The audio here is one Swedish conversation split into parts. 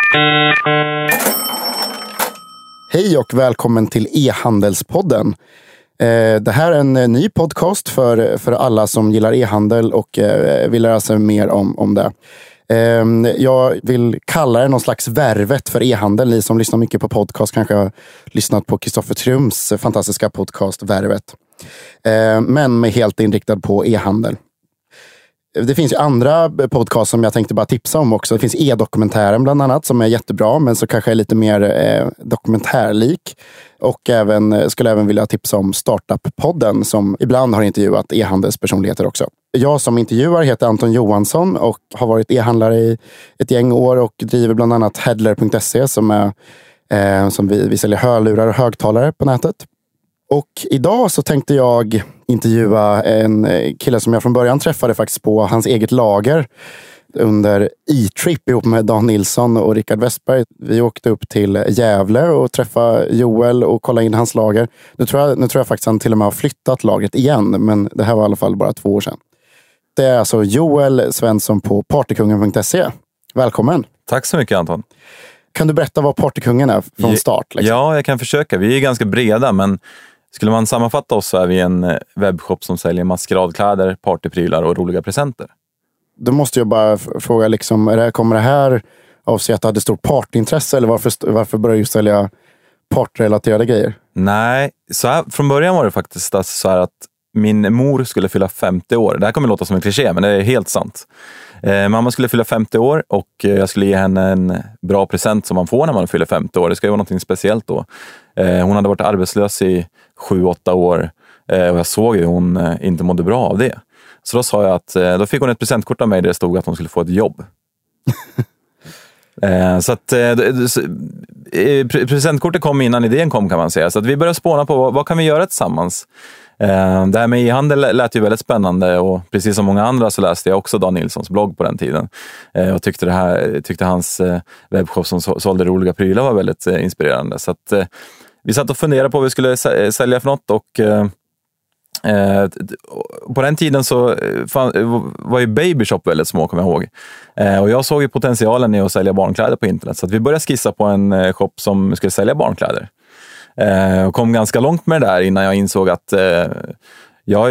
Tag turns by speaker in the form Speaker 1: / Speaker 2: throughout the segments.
Speaker 1: Hej och välkommen till e-handelspodden. Det här är en ny podcast för alla som gillar e-handel och vill lära sig mer om det. Jag vill kalla det någon slags värvet för e-handel. Ni som lyssnar mycket på podcast kanske har lyssnat på Kristoffer Triums fantastiska podcast Värvet. Men med helt inriktad på e-handel. Det finns ju andra podcast som jag tänkte bara tipsa om också. Det finns e-dokumentären bland annat som är jättebra men så kanske är lite mer dokumentärlik. Och skulle även vilja tipsa om Startup-podden som ibland har intervjuat e-handelspersonligheter också. Jag som intervjuar heter Anton Johansson och har varit e-handlare i ett gäng år och driver bland annat Headler.se som vi säljer hörlurar och högtalare på nätet. Och idag så tänkte jag intervjua en kille som jag från början träffade faktiskt på hans eget lager under E-trip ihop med Dan Nilsson och Rickard Westberg. Vi åkte upp till Gävle och träffade Joel och kollade in hans lager. Nu tror jag faktiskt han till och med har flyttat lagret igen, men det här var i alla fall bara 2 år sedan. Det är alltså Joel Svensson på partykungen.se. Välkommen!
Speaker 2: Tack så mycket Anton.
Speaker 1: Kan du berätta vad Partykungen är från start? Liksom?
Speaker 2: Ja, jag kan försöka. Vi är ganska breda, men skulle man sammanfatta oss så är vi en webbshop som säljer maskeradkläder, partyprylar och roliga presenter.
Speaker 1: Då måste jag bara fråga, liksom, kommer det här av sig att du hade stort partyintresse eller varför började du sälja partyrelaterade grejer?
Speaker 2: Nej, så här, från början var det faktiskt så här att min mor skulle fylla 50 år. Det här kommer låta som en kliché, men det är helt sant. Mamma skulle fylla 50 år och jag skulle ge henne en bra present som man får när man fyller 50 år. Det ska ju vara något speciellt då. Hon hade varit arbetslös i 7-8 år och jag såg ju hon inte mådde bra av det. Så då sa jag att då fick hon ett presentkort av mig där det stod att hon skulle få ett jobb. Så att presentkortet kom innan idén kom, kan man säga. Så att vi började spåna på vad kan vi göra tillsammans. Det här med e-handel lät ju väldigt spännande och precis som många andra så läste jag också Dan Nilssons blogg på den tiden. Och tyckte hans webbshop som sålde roliga prylar var väldigt inspirerande. Så att vi satt och funderade på vad vi skulle sälja för något och på den tiden så var ju Babyshop väldigt små, kommer jag ihåg. Och jag såg ju potentialen i att sälja barnkläder på internet. Så att vi började skissa på en shop som skulle sälja barnkläder. Och kom ganska långt med det där innan jag insåg att jag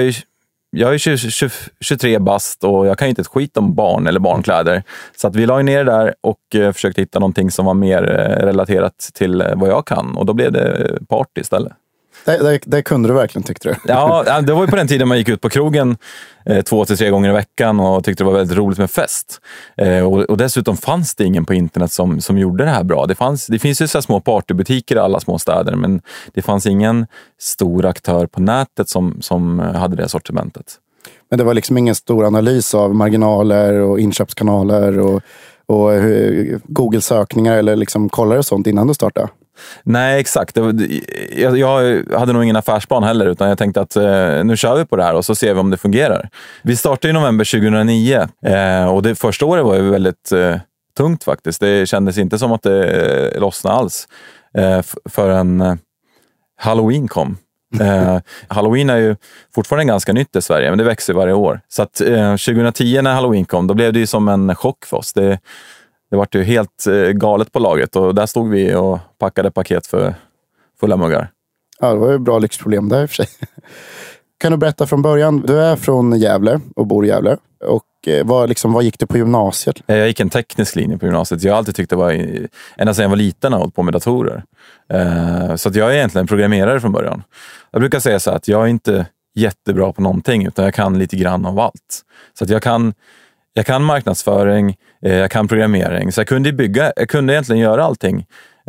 Speaker 2: är 23 bast och jag kan inte ett skit om barn eller barnkläder. Så att vi la ner det där och försökte hitta någonting som var mer relaterat till vad jag kan. Och då blev det party istället.
Speaker 1: Det kunde du verkligen, tyckte du?
Speaker 2: Ja, det var ju på den tiden man gick ut på krogen 2-3 gånger i veckan och tyckte det var väldigt roligt med fest. Och dessutom fanns det ingen på internet som gjorde det här bra. Det finns ju så små partybutiker i alla små städer, men det fanns ingen stor aktör på nätet som hade det sortimentet. Men
Speaker 1: det var liksom ingen stor analys av marginaler och inköpskanaler och Google-sökningar eller liksom kollade sånt innan du startade?
Speaker 2: Nej, exakt. Jag hade nog ingen affärsplan heller, utan jag tänkte att nu kör vi på det här och så ser vi om det fungerar. Vi startade i november 2009 och det första året var ju väldigt tungt faktiskt. Det kändes inte som att det lossnade alls förrän Halloween kom. Halloween är ju fortfarande ganska nytt i Sverige, men det växer varje år. Så att 2010 när Halloween kom, då blev det ju som en chock för oss. Det var ju helt galet på laget och där stod vi och packade paket för fulla muggar.
Speaker 1: Ja, det var ju bra lyxproblem där i och för sig. Kan du berätta från början, du är från Gävle och bor i Gävle. Och vad gick du på gymnasiet?
Speaker 2: Jag gick en teknisk linje på gymnasiet. Jag har alltid tyckt det var, ända sedan jag var liten och hållit på med datorer. Så att jag är egentligen programmerare från början. Jag brukar säga så att jag är inte jättebra på någonting, utan jag kan lite grann av allt. Så att jag kan marknadsföring, jag kan programmering. Så jag kunde egentligen göra allting.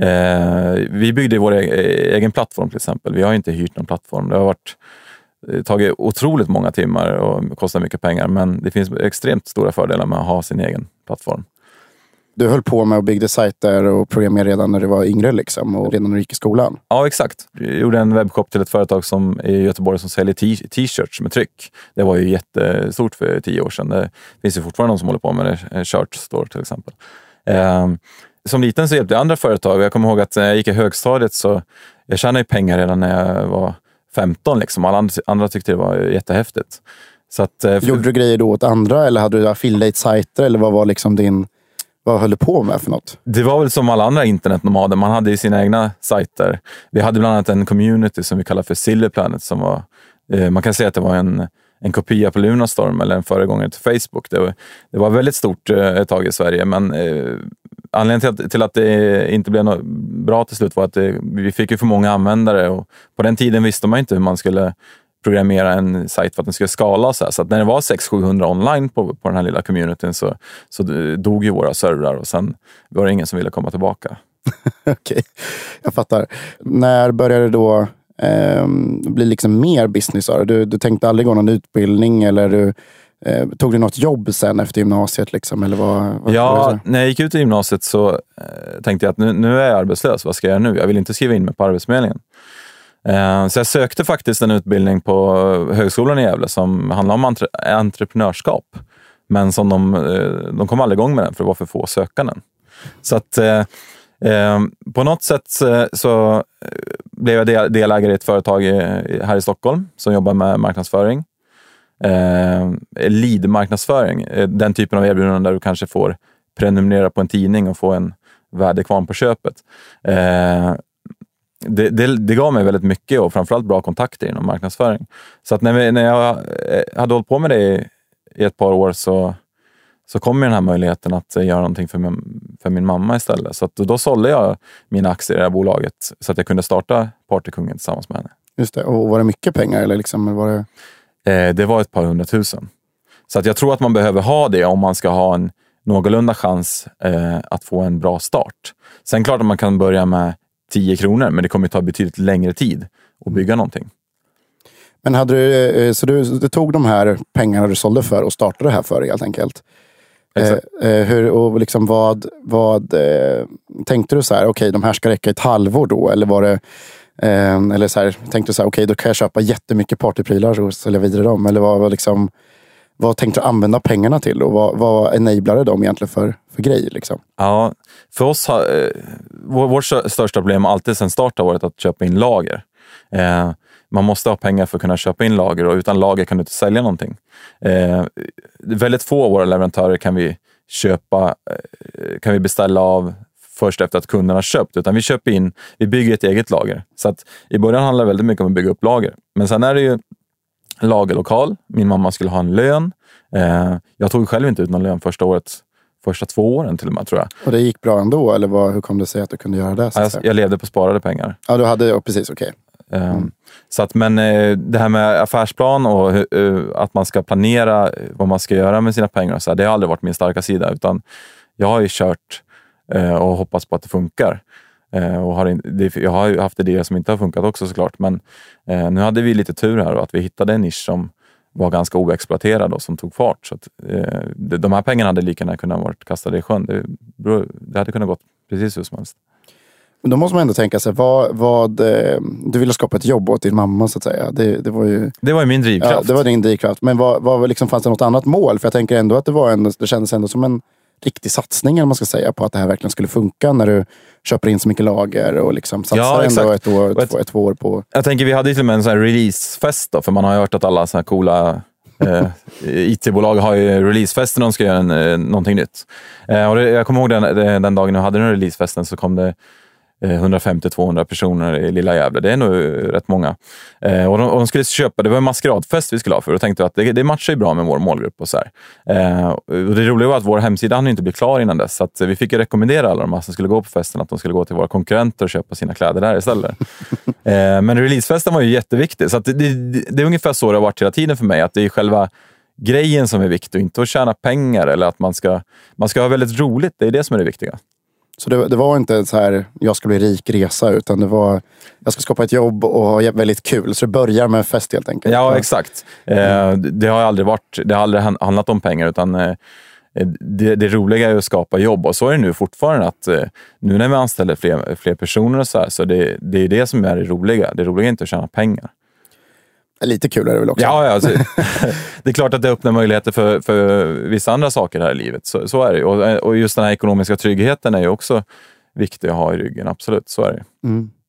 Speaker 2: Vi byggde vår egen plattform till exempel. Vi har inte hyrt någon plattform. Det har tagit otroligt många timmar och kostar mycket pengar. Men det finns extremt stora fördelar med att ha sin egen plattform.
Speaker 1: Du höll på med att bygga sajter och programmera redan när du var yngre liksom, och redan när du gick i skolan.
Speaker 2: Ja, exakt. Jag gjorde en webbshop till ett företag i Göteborg som säljer t-shirts med tryck. Det var ju jättestort för 10 år sedan. Det finns ju fortfarande någon som håller på med det. Shirt Store till exempel. Som liten så hjälpte jag andra företag. Jag kommer ihåg att när jag gick i högstadiet så jag tjänade ju pengar redan när jag var 15. Liksom. Alla andra tyckte det var gjorde du grejer då åt andra eller hade du affiliate-sajter eller vad var liksom
Speaker 1: Vad höll du på med för något?
Speaker 2: Det var väl som alla andra internetnomader. Man hade ju sina egna sajter. Vi hade bland annat en community som vi kallar för Silver Planet som var, man kan säga att det var en kopia på Lunarstorm eller en föregångare till Facebook. Det var väldigt stort ett tag i Sverige, men anledningen till att det inte blev något bra till slut var att vi fick ju för många användare, och på den tiden visste man inte hur man skulle programmera en sajt för att den skulle skala så här. Så att när det var 600-700 online på den här lilla communityn så dog ju våra servrar, och sen var det ingen som ville komma tillbaka.
Speaker 1: Okej, jag fattar. När började det då bli liksom mer business? Du tänkte aldrig gå någon utbildning, eller tog du något jobb sen efter gymnasiet? Liksom, eller vad
Speaker 2: när jag gick ut i gymnasiet så tänkte jag att nu är jag arbetslös. Vad ska jag göra nu? Jag vill inte skriva in mig på Arbetsförmedlingen. Så jag sökte faktiskt en utbildning på högskolan i Gävle som handlar om entreprenörskap. Men som de kom aldrig igång med den för det var för få sökanden. Så att på något sätt så blev jag delägare i ett företag här i Stockholm som jobbar med marknadsföring. Lead-marknadsföring. Den typen av erbjudanden där du kanske får prenumerera på en tidning och få en värdekvarn på köpet. Det gav mig väldigt mycket och framförallt bra kontakter inom marknadsföring. Så att när jag hade hållit på med det i ett par år så kom den här möjligheten att göra någonting för min mamma istället. Så att då sålde jag mina aktier i det här bolaget så att jag kunde starta Partykungen tillsammans med henne.
Speaker 1: Just det. Och var det mycket pengar? Eller liksom, var det...
Speaker 2: Det var ett par 100 000. Så att jag tror att man behöver ha det om man ska ha en någorlunda chans att få en bra start. Sen klart att man kan börja med 10 kronor, men det kommer ta betydligt längre tid att bygga någonting.
Speaker 1: Men hade du tog de här pengarna du sålde för och startade det här för helt enkelt? Och liksom vad tänkte du så här, okej, de här ska räcka ett halvår då, eller var det eller så här, tänkte du så här, okej, då kan jag köpa jättemycket partyprylar och sälja vidare dem, eller vad tänkte du använda pengarna till, och vad enablade de egentligen för grej liksom?
Speaker 2: Ja, för oss vårt största problem alltid sedan start har varit att köpa in lager. Man måste ha pengar för att kunna köpa in lager, och utan lager kan du inte sälja någonting. Väldigt få av våra leverantörer kan vi beställa av först efter att kunderna har köpt, utan vi bygger ett eget lager. Så att i början handlar det väldigt mycket om att bygga upp lager. Men sen är det ju lagerlokal. Min mamma skulle ha en lön. Jag tog själv inte ut någon lön första 2 åren till och med, tror jag.
Speaker 1: Och det gick bra ändå, eller hur kom det sig att du kunde göra det?
Speaker 2: Jag levde på sparade pengar.
Speaker 1: Ja, du hade, precis, okej.
Speaker 2: Så att, men det här med affärsplan och att man ska planera vad man ska göra med sina pengar och så här, det har aldrig varit min starka sida, utan jag har ju kört och hoppas på att det funkar. Och jag har ju haft idéer som inte har funkat också såklart, men nu hade vi lite tur här och att vi hittade en nisch som var ganska oexploaterad och som tog fart. Så att, de här pengarna hade lika gärna kunnat varit kastade i sjön. Det hade kunnat gått precis hur som helst.
Speaker 1: Men då måste man ändå tänka sig, du ville skapa ett jobb åt din mamma så att säga. Det var ju
Speaker 2: min drivkraft.
Speaker 1: Ja, det var din drivkraft. Men liksom, fanns det något annat mål? För jag tänker ändå att det kändes ändå som en riktig satsning, eller man ska säga, på att det här verkligen skulle funka när du köper in så mycket lager och liksom satsar ändå ett år på... Jag tänker, vi hade till och med en sån här releasefest då, för man har hört att alla såna här coola IT-bolag har ju releasefester när de ska göra någonting nytt. Och jag kommer ihåg den dagen jag hade den releasefesten, så kom det 150-200 personer i lilla Gävle. Det är nog rätt många. Och de skulle köpa, det var en maskeradfest vi skulle ha, för då tänkte jag att det matchar ju bra med vår målgrupp och så här. Och det roliga var att vår hemsida hann inte bli klar innan dess, så att vi fick rekommendera alla de som skulle gå på festen att de skulle gå till våra konkurrenter och köpa sina kläder där istället. Men releasefesten var ju jätteviktig, så att det är ungefär så det har varit hela tiden för mig, att det är själva grejen som är viktig och inte att tjäna pengar, eller att man ska ha väldigt roligt. Det är det som är det viktiga. Så det var inte så här, jag ska bli rik resa, utan det var, jag ska skapa ett jobb och ha väldigt kul. Så det börjar med fest helt enkelt. Ja, exakt. Det har aldrig handlat om pengar, utan det roliga är att skapa jobb. Och så är det nu fortfarande, att nu när vi anställer fler personer och så det är det som är det roliga. Det roliga är inte att tjäna pengar. Lite kul är det väl också. Ja, alltså, det är klart att det öppnar möjligheter för vissa andra saker här i livet. Så är det. Och just den här ekonomiska tryggheten är ju också viktig att ha i ryggen. Absolut, så är det.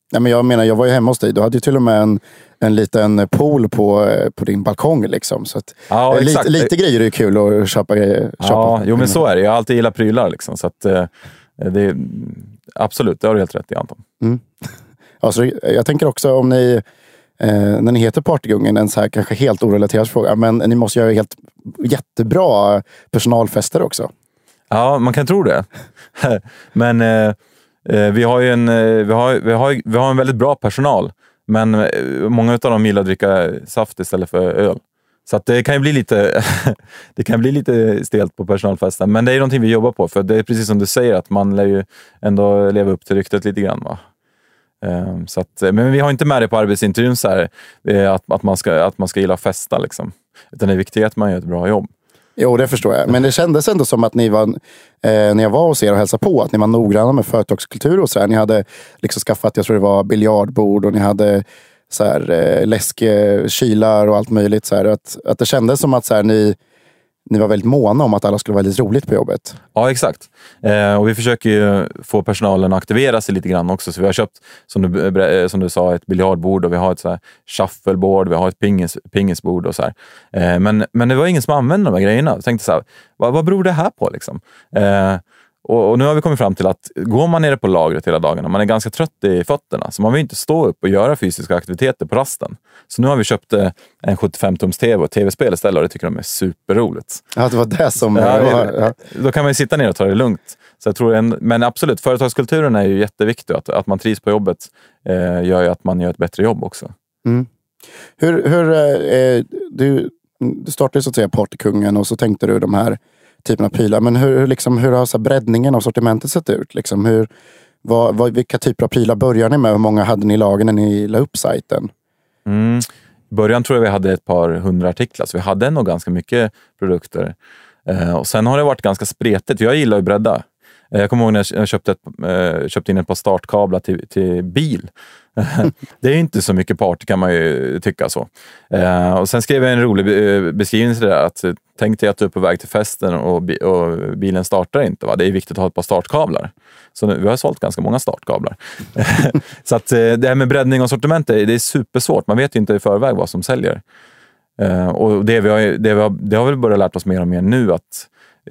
Speaker 1: Nej, men jag menar, jag var ju hemma hos dig. Du hade ju till och med en liten pool på din balkong. Liksom. Så att, lite grejer är ju kul att köpa grejer.
Speaker 2: Men så är det. Jag har alltid gillat prylar. Liksom, så att, det, absolut, det har du helt rätt i, Anton.
Speaker 1: Alltså, jag tänker också om ni, när ni heter Partygungen, en så här kanske helt orelaterad fråga, men ni måste göra jättebra personalfester också.
Speaker 2: Ja, man kan tro det. Men vi har ju en väldigt bra personal. Men många av dem gillar att dricka saft istället för öl. Så att det kan ju bli lite det kan bli lite stelt på personalfesten. Men det är någonting vi jobbar på. För det är precis som du säger, att man lär ju ändå leva upp till ryktet lite grann, va? Så att, men vi har inte med det på arbetsintervjun så här, att man ska gilla att festa liksom. Utan det är viktigt att man gör ett bra jobb.
Speaker 1: Jo, det förstår jag. Men det kändes ändå som att ni var, när jag var hos er och hälsade på, att ni var noggranna med företagskultur och så här. Ni hade liksom skaffat, jag tror det var biljardbord, och ni hade så här läskkylar och allt möjligt. Så här. Att det kändes som att så här, ni var väldigt måna om att alla skulle vara väldigt roligt på jobbet.
Speaker 2: Ja, exakt. Och vi försöker ju få personalen att aktivera sig lite grann också. Så vi har köpt, som du sa, ett biljardbord, och vi har ett så här shuffleboard, vi har ett pingisbord och så här. Men det var ingen som använde de här grejerna. Jag tänkte så här, vad beror det här på liksom? Och nu har vi kommit fram till att går man nere på lagret hela dagarna, man är ganska trött i fötterna, så man vill inte stå upp och göra fysiska aktiviteter på rasten. Så nu har vi köpt en 75-tums tv och tv-spel istället, och det tycker de är superroligt.
Speaker 1: Ja, det var det som...
Speaker 2: Då kan man ju sitta ner och ta det lugnt. Så jag tror men absolut, företagskulturen är ju jätteviktig. Att man trivs på jobbet gör ju att man gör ett bättre jobb också.
Speaker 1: Mm. Du startade så att säga Partykungen, och så tänkte du de här typen av prylar. Men hur har så breddningen av sortimentet sett ut? Liksom, vilka typer av prylar började ni med? Hur många hade ni i lagen när ni la upp sajten?
Speaker 2: I början tror jag vi hade ett par 100 artiklar, så vi hade nog ganska mycket produkter. Och sen har det varit ganska spretigt. Jag gillar ju bredda. Jag kommer ihåg när jag köpte in ett par startkablar till bil. Det är inte så mycket party, kan man ju tycka så. Och sen skrev jag en rolig beskrivning till det där, att tänk dig att du är på väg till festen och bilen startar inte, va? Det är viktigt att ha ett par startkablar. Så vi har sålt ganska många startkablar. Så att det här med breddning och sortiment, det är supersvårt. Man vet ju inte i förväg vad som säljer. Och det har vi börjat lärt oss mer och mer nu, att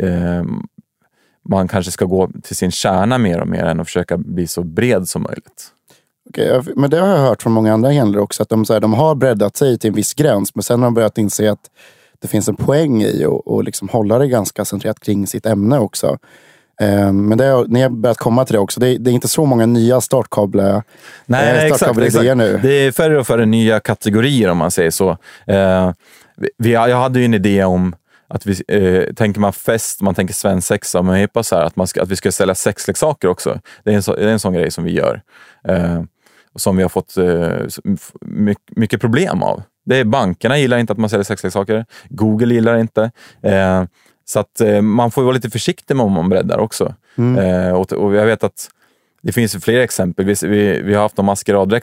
Speaker 2: man kanske ska gå till sin kärna mer och mer än att försöka bli så bred som möjligt.
Speaker 1: Okej, men det har jag hört från många andra händer också, att de har breddat sig till en viss gräns, men sen har de börjat inse att det finns en poäng i och liksom hålla det ganska centrerat kring sitt ämne också. Men ni har börjat komma till det också. Det är inte så många nya startkablar.
Speaker 2: Nej, exakt.
Speaker 1: Nu.
Speaker 2: Det är färre och färre nya kategorier, om man säger så. Jag hade ju en idé om att vi tänker man fest, man tänker svensexa, men jag så här att vi ska sälja sexleksaker också. Det är en sån grej som vi gör. Som vi har fått mycket problem av. Bankerna gillar inte att man säljer sexleksaker. Google gillar inte. Så att man får vara lite försiktig med om man breddar också. Och jag vet att det finns flera exempel. Vi har haft en maskeraddräkt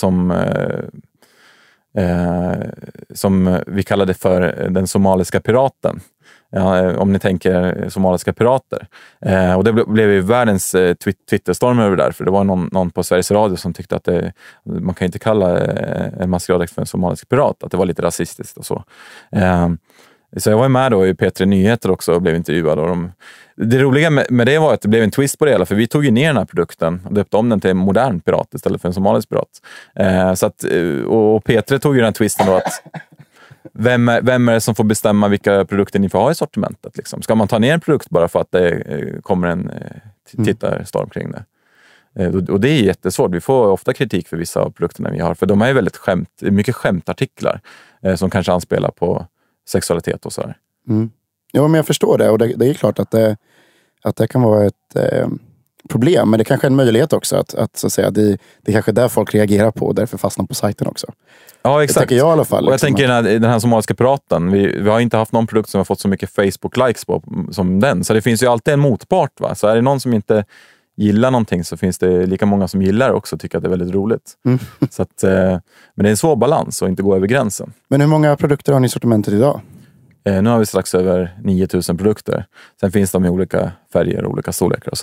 Speaker 2: som vi kallade för den somaliska piraten. Om ni tänker somaliska pirater. Och det blev ju världens Twitterstorm över det där. För det var någon på Sveriges Radio som tyckte att man kan inte kalla en maskeraddräkt för en somalisk pirat. Att det var lite rasistiskt och så. Så jag var med då i P3 Nyheter också och blev intervjuad. Och det roliga med det var att det blev en twist på det hela. För vi tog ju ner den här produkten och döpte om den till en modern pirat istället för en somalisk pirat. Så att, och P3 tog ju den här twisten då, att vem är det som får bestämma vilka produkter ni får ha i sortimentet? Liksom? Ska man ta ner en produkt bara för att det kommer en tittarstorm kring det? Och det är jättesvårt. Vi får ofta kritik för vissa av produkterna vi har. För de är ju väldigt mycket skämtartiklar som kanske anspelar på sexualitet och så här.
Speaker 1: Ja, men jag förstår det. Och det är klart att det kan vara ett problem. Men det kanske är en möjlighet också. Att så att säga, det är kanske där folk reagerar på. Och därför fastnar på sajten också.
Speaker 2: Ja, exakt.
Speaker 1: Det tänker jag i alla fall.
Speaker 2: Och jag tänker den här somaliska piraten. Vi har inte haft någon produkt som har fått så mycket Facebook-likes på som den. Så det finns ju alltid en motpart, va? Så är det någon som inte gillar någonting, så finns det lika många som gillar också och tycker att det är väldigt roligt. Så att, men det är en svår balans och inte gå över gränsen.
Speaker 1: Men hur många produkter har ni i sortimentet idag?
Speaker 2: Nu har vi strax över 9000 produkter. Sen finns de i olika färger och olika storlekar och sådär.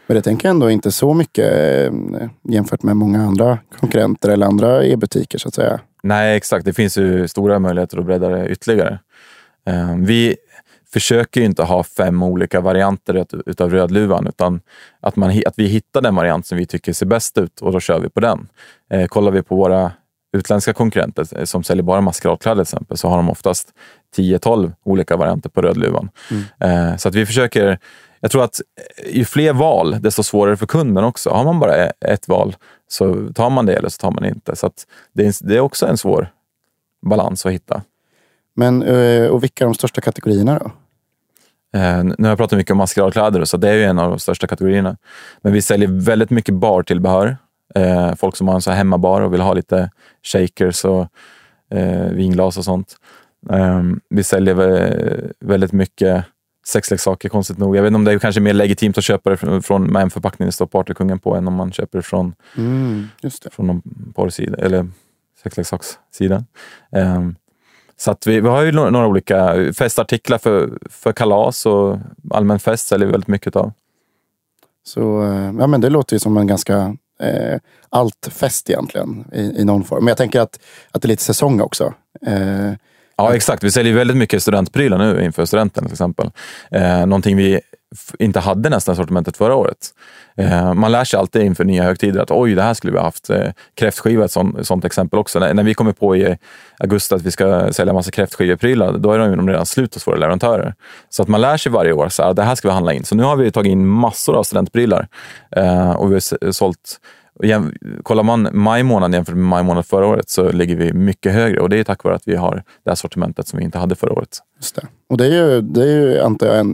Speaker 1: Men det tänker jag ändå inte så mycket jämfört med många andra konkurrenter eller andra e-butiker så att säga.
Speaker 2: Nej, exakt. Det finns ju stora möjligheter att bredda det ytterligare. Vi försöker ju inte ha 5 olika varianter utav Rödluvan, utan att vi hittar den variant som vi tycker ser bäst ut och då kör vi på den. Kollar vi på våra utländska konkurrenter som säljer bara maskeradkläder till exempel, så har de oftast 10-12 olika varianter på Rödluvan. Så att vi försöker, jag tror att ju fler val desto svårare för kunden också. Har man bara ett val så tar man det eller så tar man det inte. Så att det är också en svår balans att hitta.
Speaker 1: Men och vilka är de största kategorierna då?
Speaker 2: Nu har jag pratat mycket om maskeradkläder, så det är ju en av de största kategorierna. Men vi säljer väldigt mycket bartillbehör. Folk som har en så här hemmabar och vill ha lite shakers och vinglas och sånt. Vi säljer väldigt mycket sexleksaker, konstigt nog. Jag vet inte om det är kanske mer legitimt att köpa det från med en förpackning det står Partykungen på än om man köper det från någon porrsida eller sexleksakssidan. Så att vi har ju några olika festartiklar för kalas och allmän fest säljer vi väldigt mycket av. Så
Speaker 1: ja, men det låter ju som en ganska allt fest egentligen i någon form. Men jag tänker att det är lite säsong också.
Speaker 2: Ja, exakt. Vi säljer väldigt mycket studentprylar nu inför studenten till exempel. Någonting vi inte hade nästan sortimentet förra året. Man lär sig alltid inför nya högtider att oj, det här skulle vi ha haft. Kräftskiva, ett sånt exempel också. När vi kommer på i augusti att vi ska sälja massa kräftskiveprylar, då är de redan slut hos våra leverantörer. Så att man lär sig varje år så här, det här ska vi handla in. Så nu har vi tagit in massor av studentprylar och vi har sålt. Kollar man maj månad jämfört med maj månad förra året så ligger vi mycket högre, och det är tack vare att vi har det här sortimentet som vi inte hade förra året.
Speaker 1: Just det. Och det är ju antar jag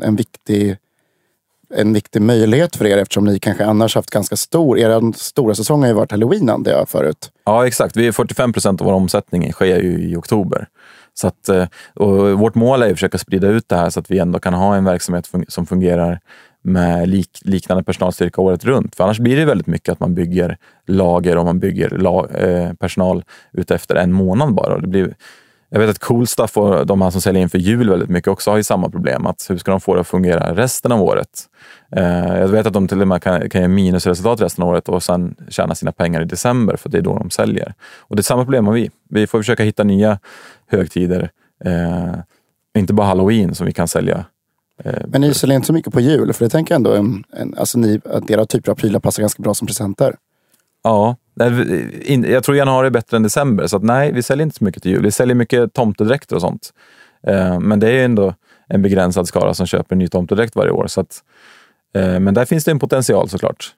Speaker 1: en viktig möjlighet för er, eftersom ni kanske annars haft ganska er stora säsong har ju varit Halloween, antar jag, förut.
Speaker 2: Ja, exakt. 45% av vår omsättning sker ju i oktober. Så att, och vårt mål är att försöka sprida ut det här så att vi ändå kan ha en verksamhet som fungerar med liknande personalstyrka året runt. För annars blir det väldigt mycket att man bygger lager och man bygger personal ut efter en månad bara. Det blir, jag vet att Coolstuff och de här som säljer inför jul väldigt mycket också har ju samma problem. Att hur ska de få det att fungera resten av året? Jag vet att de till och med kan ge minusresultat resten av året och sen tjäna sina pengar i december, för det är då de säljer. Och det är samma problem har vi. Vi får försöka hitta nya högtider. Inte bara Halloween som vi kan sälja.
Speaker 1: Men ni säljer inte så mycket på jul, för det tänker jag ändå att deras typer av prylar passar ganska bra som presenter.
Speaker 2: Ja, jag tror januari är bättre än december, så att nej, vi säljer inte så mycket till jul. Vi säljer mycket tomtedräkter och sånt. Men det är ändå en begränsad skara som köper en ny tomtedräkt varje år. Så att, men där finns det en potential såklart.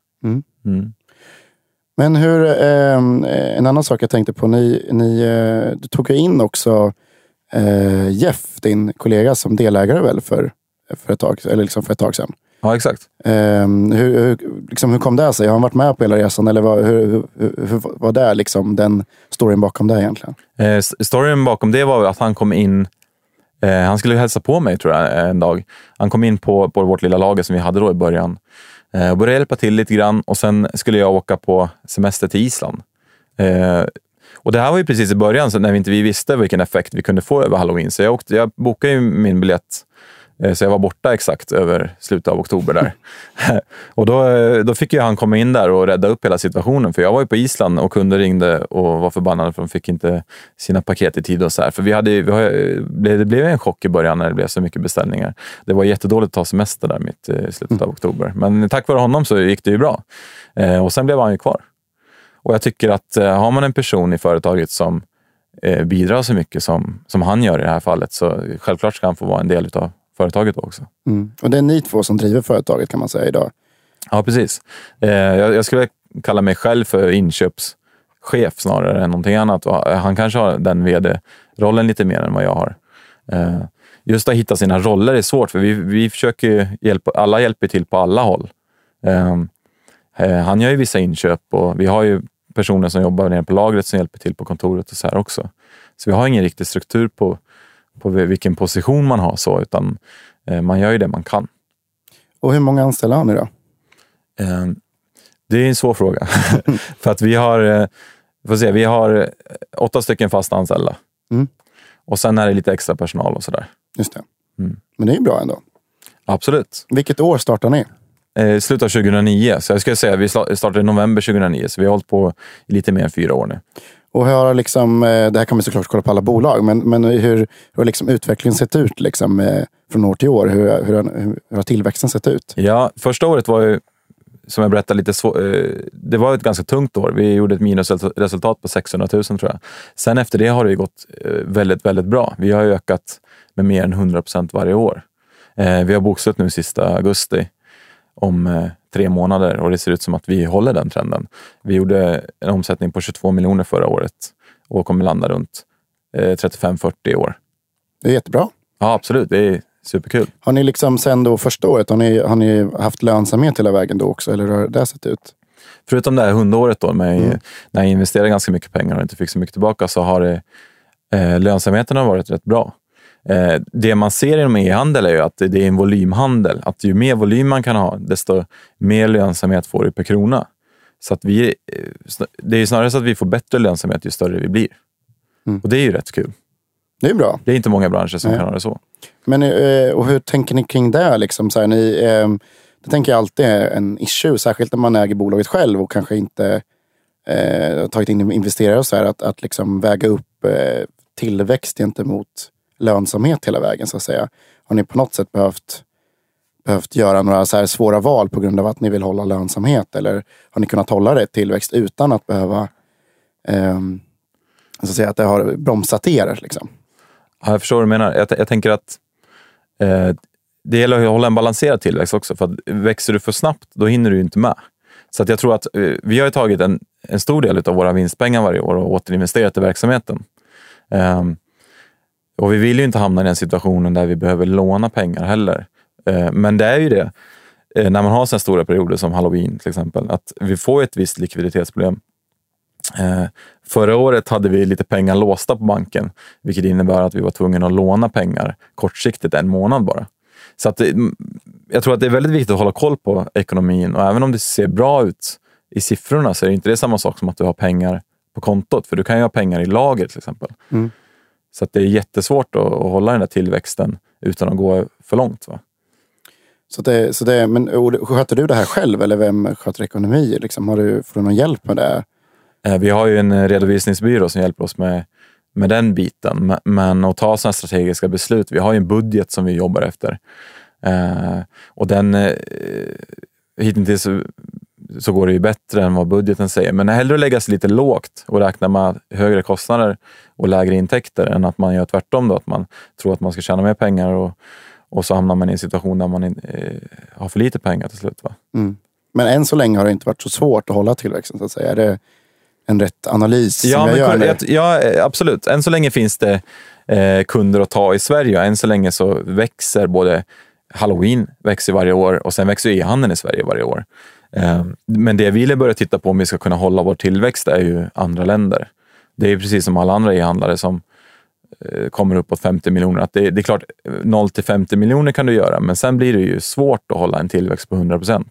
Speaker 1: Men en annan sak jag tänkte på, du tog ju in också Jeff, din kollega, som delägare väl för ett tag sedan.
Speaker 2: Ja, exakt.
Speaker 1: Hur kom det sig? Har han varit med på hela resan, eller hur var det liksom den storyn bakom det egentligen?
Speaker 2: Storyn bakom det var att han kom in, han skulle hälsa på mig tror jag en dag. Han kom in på vårt lilla lager som vi hade då i början och började hjälpa till lite grann, och sen skulle jag åka på semester till Island. Och det här var ju precis i början, så när vi visste vilken effekt vi kunde få över Halloween, så jag bokade ju min biljett. Så jag var borta exakt över slutet av oktober där. Och då fick ju han komma in där och rädda upp hela situationen. För jag var ju på Island och kunder ringde och var förbannade för de fick inte sina paket i tid och så här. För det blev en chock i början när det blev så mycket beställningar. Det var jättedåligt att ta semester där mitt i slutet av oktober. Men tack vare honom så gick det ju bra. Och sen blev han ju kvar. Och jag tycker att har man en person i företaget som bidrar så mycket som han gör i det här fallet, så självklart ska han få vara en del utav företaget också.
Speaker 1: Och det är ni två som driver företaget, kan man säga, idag?
Speaker 2: Ja, precis. Jag skulle kalla mig själv för inköpschef snarare än någonting annat. Han kanske har den vd-rollen lite mer än vad jag har. Just att hitta sina roller är svårt, för vi försöker alla hjälper till på alla håll. Han gör ju vissa inköp och vi har ju personer som jobbar nere på lagret som hjälper till på kontoret och så här också. Så vi har ingen riktig struktur på vilken position man har så, utan man gör ju det man kan.
Speaker 1: Och hur många anställda har ni då?
Speaker 2: Det är en svår fråga. För att vi har 8 stycken fasta anställda. Och sen är det lite extra personal och sådär.
Speaker 1: Just det. Men det är ju bra ändå.
Speaker 2: Absolut.
Speaker 1: Vilket år startar ni?
Speaker 2: Slutet av 2009. Så jag skulle säga vi startade i november 2009. Så vi har hållit på i lite mer än 4 år nu.
Speaker 1: Och hur har liksom, det här kan vi såklart kolla på alla bolag, men hur har liksom utvecklingen sett ut liksom, från år till år? Hur har tillväxten sett ut?
Speaker 2: Ja, första året var ju, som jag berättade, lite det var ett ganska tungt år. Vi gjorde ett minusresultat på 600 000 tror jag. Sen efter det har det gått väldigt, väldigt bra. Vi har ökat med mer än 100% varje år. Vi har bokslut nu sista augusti om 3 månader och det ser ut som att vi håller den trenden. Vi gjorde en omsättning på 22 miljoner förra året och kommer landa runt 35-40 i år.
Speaker 1: Det är jättebra.
Speaker 2: Ja, absolut. Det är superkul.
Speaker 1: Har ni liksom sen då första året, har ni haft lönsamhet hela vägen då också? Eller hur har det sett ut?
Speaker 2: Förutom det här 100-året då, när jag investerade ganska mycket pengar och inte fick så mycket tillbaka, så har lönsamheten har varit rätt bra. Det man ser inom e-handel är ju att det är en volymhandel. Att ju mer volym man kan ha, desto mer lönsamhet får du per krona. Så att det är snarare så att vi får bättre lönsamhet ju större vi blir. Och det är ju rätt kul.
Speaker 1: Det är bra.
Speaker 2: Det är inte många branscher som kan ha det så.
Speaker 1: Men och hur tänker ni kring det? Liksom, så här, det tänker jag alltid är en issue, särskilt när man äger bolaget själv och kanske inte tagit in investerare och så här, att liksom väga upp tillväxt gentemot lönsamhet hela vägen så att säga. Har ni på något sätt behövt göra några så här svåra val på grund av att ni vill hålla lönsamhet, eller har ni kunnat hålla det tillväxt utan att behöva så att säga att det har bromsat er liksom?
Speaker 2: Ja, jag förstår vad du menar. Jag tänker att det gäller att hålla en balanserad tillväxt också, för att växer du för snabbt då hinner du inte med. Så att jag tror att vi har tagit en stor del av våra vinstpengar varje år och återinvesterat i verksamheten. Och vi vill ju inte hamna i den situationen där vi behöver låna pengar heller. Men det är ju det, när man har så stora perioder som Halloween till exempel, att vi får ett visst likviditetsproblem. Förra året hade vi lite pengar låsta på banken, vilket innebär att vi var tvungna att låna pengar kortsiktigt 1 månad bara. Så att jag tror att det är väldigt viktigt att hålla koll på ekonomin, och även om det ser bra ut i siffrorna så är det inte det samma sak som att du har pengar på kontot, för du kan ju ha pengar i lager till exempel. Så att det är jättesvårt att hålla den där tillväxten utan att gå för långt, va?
Speaker 1: Men sköter du det här själv, eller vem sköter ekonomi? Liksom, får du någon hjälp med det?
Speaker 2: Vi har ju en redovisningsbyrå som hjälper oss med den biten. Men att ta sådana strategiska beslut, vi har ju en budget som vi jobbar efter. Och den hittills så går det ju bättre än vad budgeten säger. Men hellre att lägga sig lite lågt och räkna med högre kostnader och lägre intäkter än att man gör tvärtom då, att man tror att man ska tjäna mer pengar och så hamnar man i en situation där man har för lite pengar till slut, va?
Speaker 1: Men än så länge har det inte varit så svårt att hålla tillväxten så att säga. Är det en rätt analys som jag gör nu?
Speaker 2: Ja, absolut. Än så länge finns det kunder att ta i Sverige. Än så länge så växer både Halloween växer varje år och sen växer e-handeln i Sverige varje år. Men det vi vill börja titta på om vi ska kunna hålla vår tillväxt är ju andra länder. Det är precis som alla andra e-handlare som kommer uppåt 50 miljoner. Att det är klart, 0-50 miljoner kan du göra, men sen blir det ju svårt att hålla en tillväxt på 100%.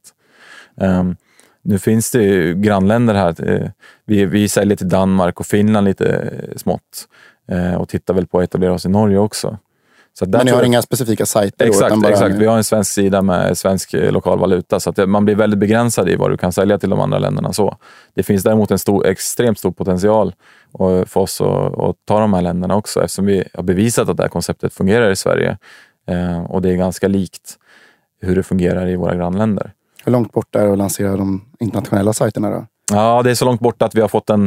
Speaker 2: Nu finns det ju grannländer här. Vi säljer till Danmark och Finland lite smått. Och tittar väl på att etablera oss i Norge också. Så men
Speaker 1: ni har inga specifika sajter?
Speaker 2: Exakt. Vi har en svensk sida med svensk lokal valuta. Så att man blir väldigt begränsad i vad du kan sälja till de andra länderna. Så. Det finns däremot en extremt stor potential för oss att ta de här länderna också. Eftersom vi har bevisat att det här konceptet fungerar i Sverige. Och det är ganska likt hur det fungerar i våra grannländer.
Speaker 1: Hur långt bort är det att lansera de internationella sajterna då?
Speaker 2: Ja, det är så långt bort att vi har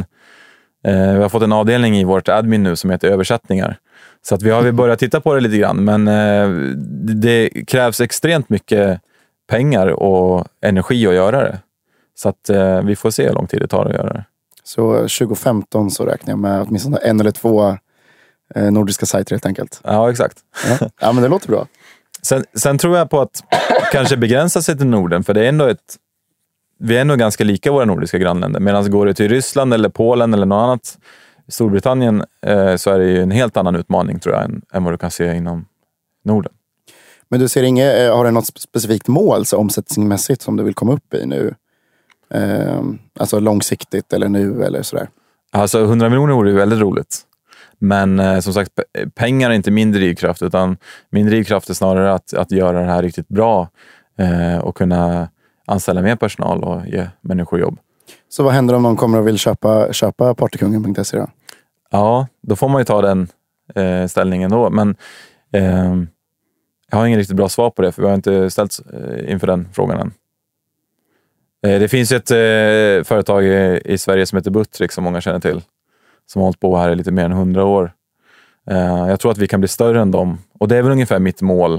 Speaker 2: fått en avdelning i vårt admin nu som heter översättningar. Så att vi har börjat titta på det lite grann. Men det krävs extremt mycket pengar och energi att göra det. Så att vi får se hur lång tid det tar att göra det.
Speaker 1: Så 2015 så räknar jag med åtminstone 1 eller 2 nordiska sajter helt enkelt.
Speaker 2: Ja, exakt.
Speaker 1: Ja, men det låter bra.
Speaker 2: Sen tror jag på att kanske begränsa sig till Norden. För det är ändå vi är ändå ganska lika våra nordiska grannländer. Medan går det till Ryssland eller Polen eller något annat, Storbritannien, så är det ju en helt annan utmaning tror jag än vad du kan se inom Norden. Men du ser har du något specifikt mål så omsättningsmässigt som du vill komma upp i nu? Alltså långsiktigt eller nu eller sådär? Alltså 100 miljoner vore ju väldigt roligt. Men som sagt, pengar är inte min drivkraft, utan min drivkraft är snarare att göra det här riktigt bra och kunna anställa mer personal och ge människor jobb.
Speaker 1: Så vad händer om någon kommer och vill köpa partykungen.se då?
Speaker 2: Ja, då får man ju ta den ställningen då. Men jag har ingen riktigt bra svar på det, för vi har inte ställts inför den frågan än. Det finns ett företag i Sverige som heter Buttrick, som många känner till, som har hållit på här i lite mer än 100 år. Jag tror att vi kan bli större än dem. Och det är väl ungefär mitt mål.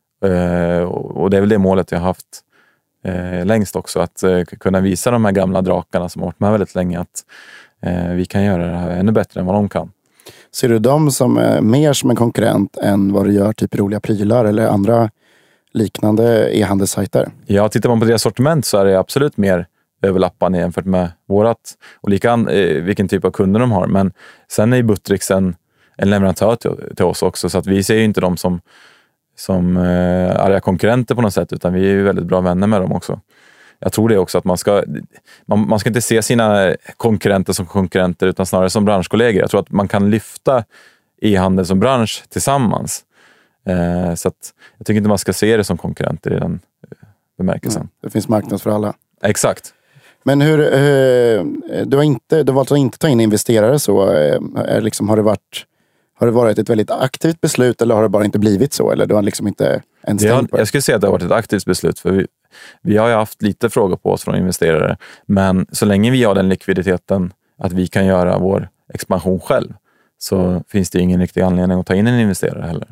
Speaker 2: Och det är väl det målet jag har haft längst också. Att kunna visa de här gamla drakarna som har varit med väldigt länge att vi kan göra det här ännu bättre än vad de kan.
Speaker 1: Ser du dem som mer som en konkurrent än vad du gör typ roliga prylar eller andra liknande e-handelssajter?
Speaker 2: Ja, tittar man på deras sortiment så är det absolut mer överlappande jämfört med vårat. Och vilken typ av kunder de har. Men sen är ju Buttricks en leverantör till oss också. Så att vi ser ju inte dem som arga konkurrenter på något sätt. Utan vi är ju väldigt bra vänner med dem också. Jag tror det också att man ska inte se sina konkurrenter som konkurrenter utan snarare som branschkollegor. Jag tror att man kan lyfta e-handel som bransch tillsammans. Så att jag tycker inte man ska se det som konkurrenter i den bemärkelsen.
Speaker 1: Det finns marknad för alla.
Speaker 2: Exakt.
Speaker 1: Men du har valt att inte ta in investerare så har det varit ett väldigt aktivt beslut eller har det bara inte blivit så? Eller du har liksom inte ens tänkt på det?
Speaker 2: Jag skulle säga att det har varit ett aktivt beslut, för vi har ju haft lite frågor på oss från investerare, men så länge vi har den likviditeten att vi kan göra vår expansion själv så finns det ingen riktig anledning att ta in en investerare heller.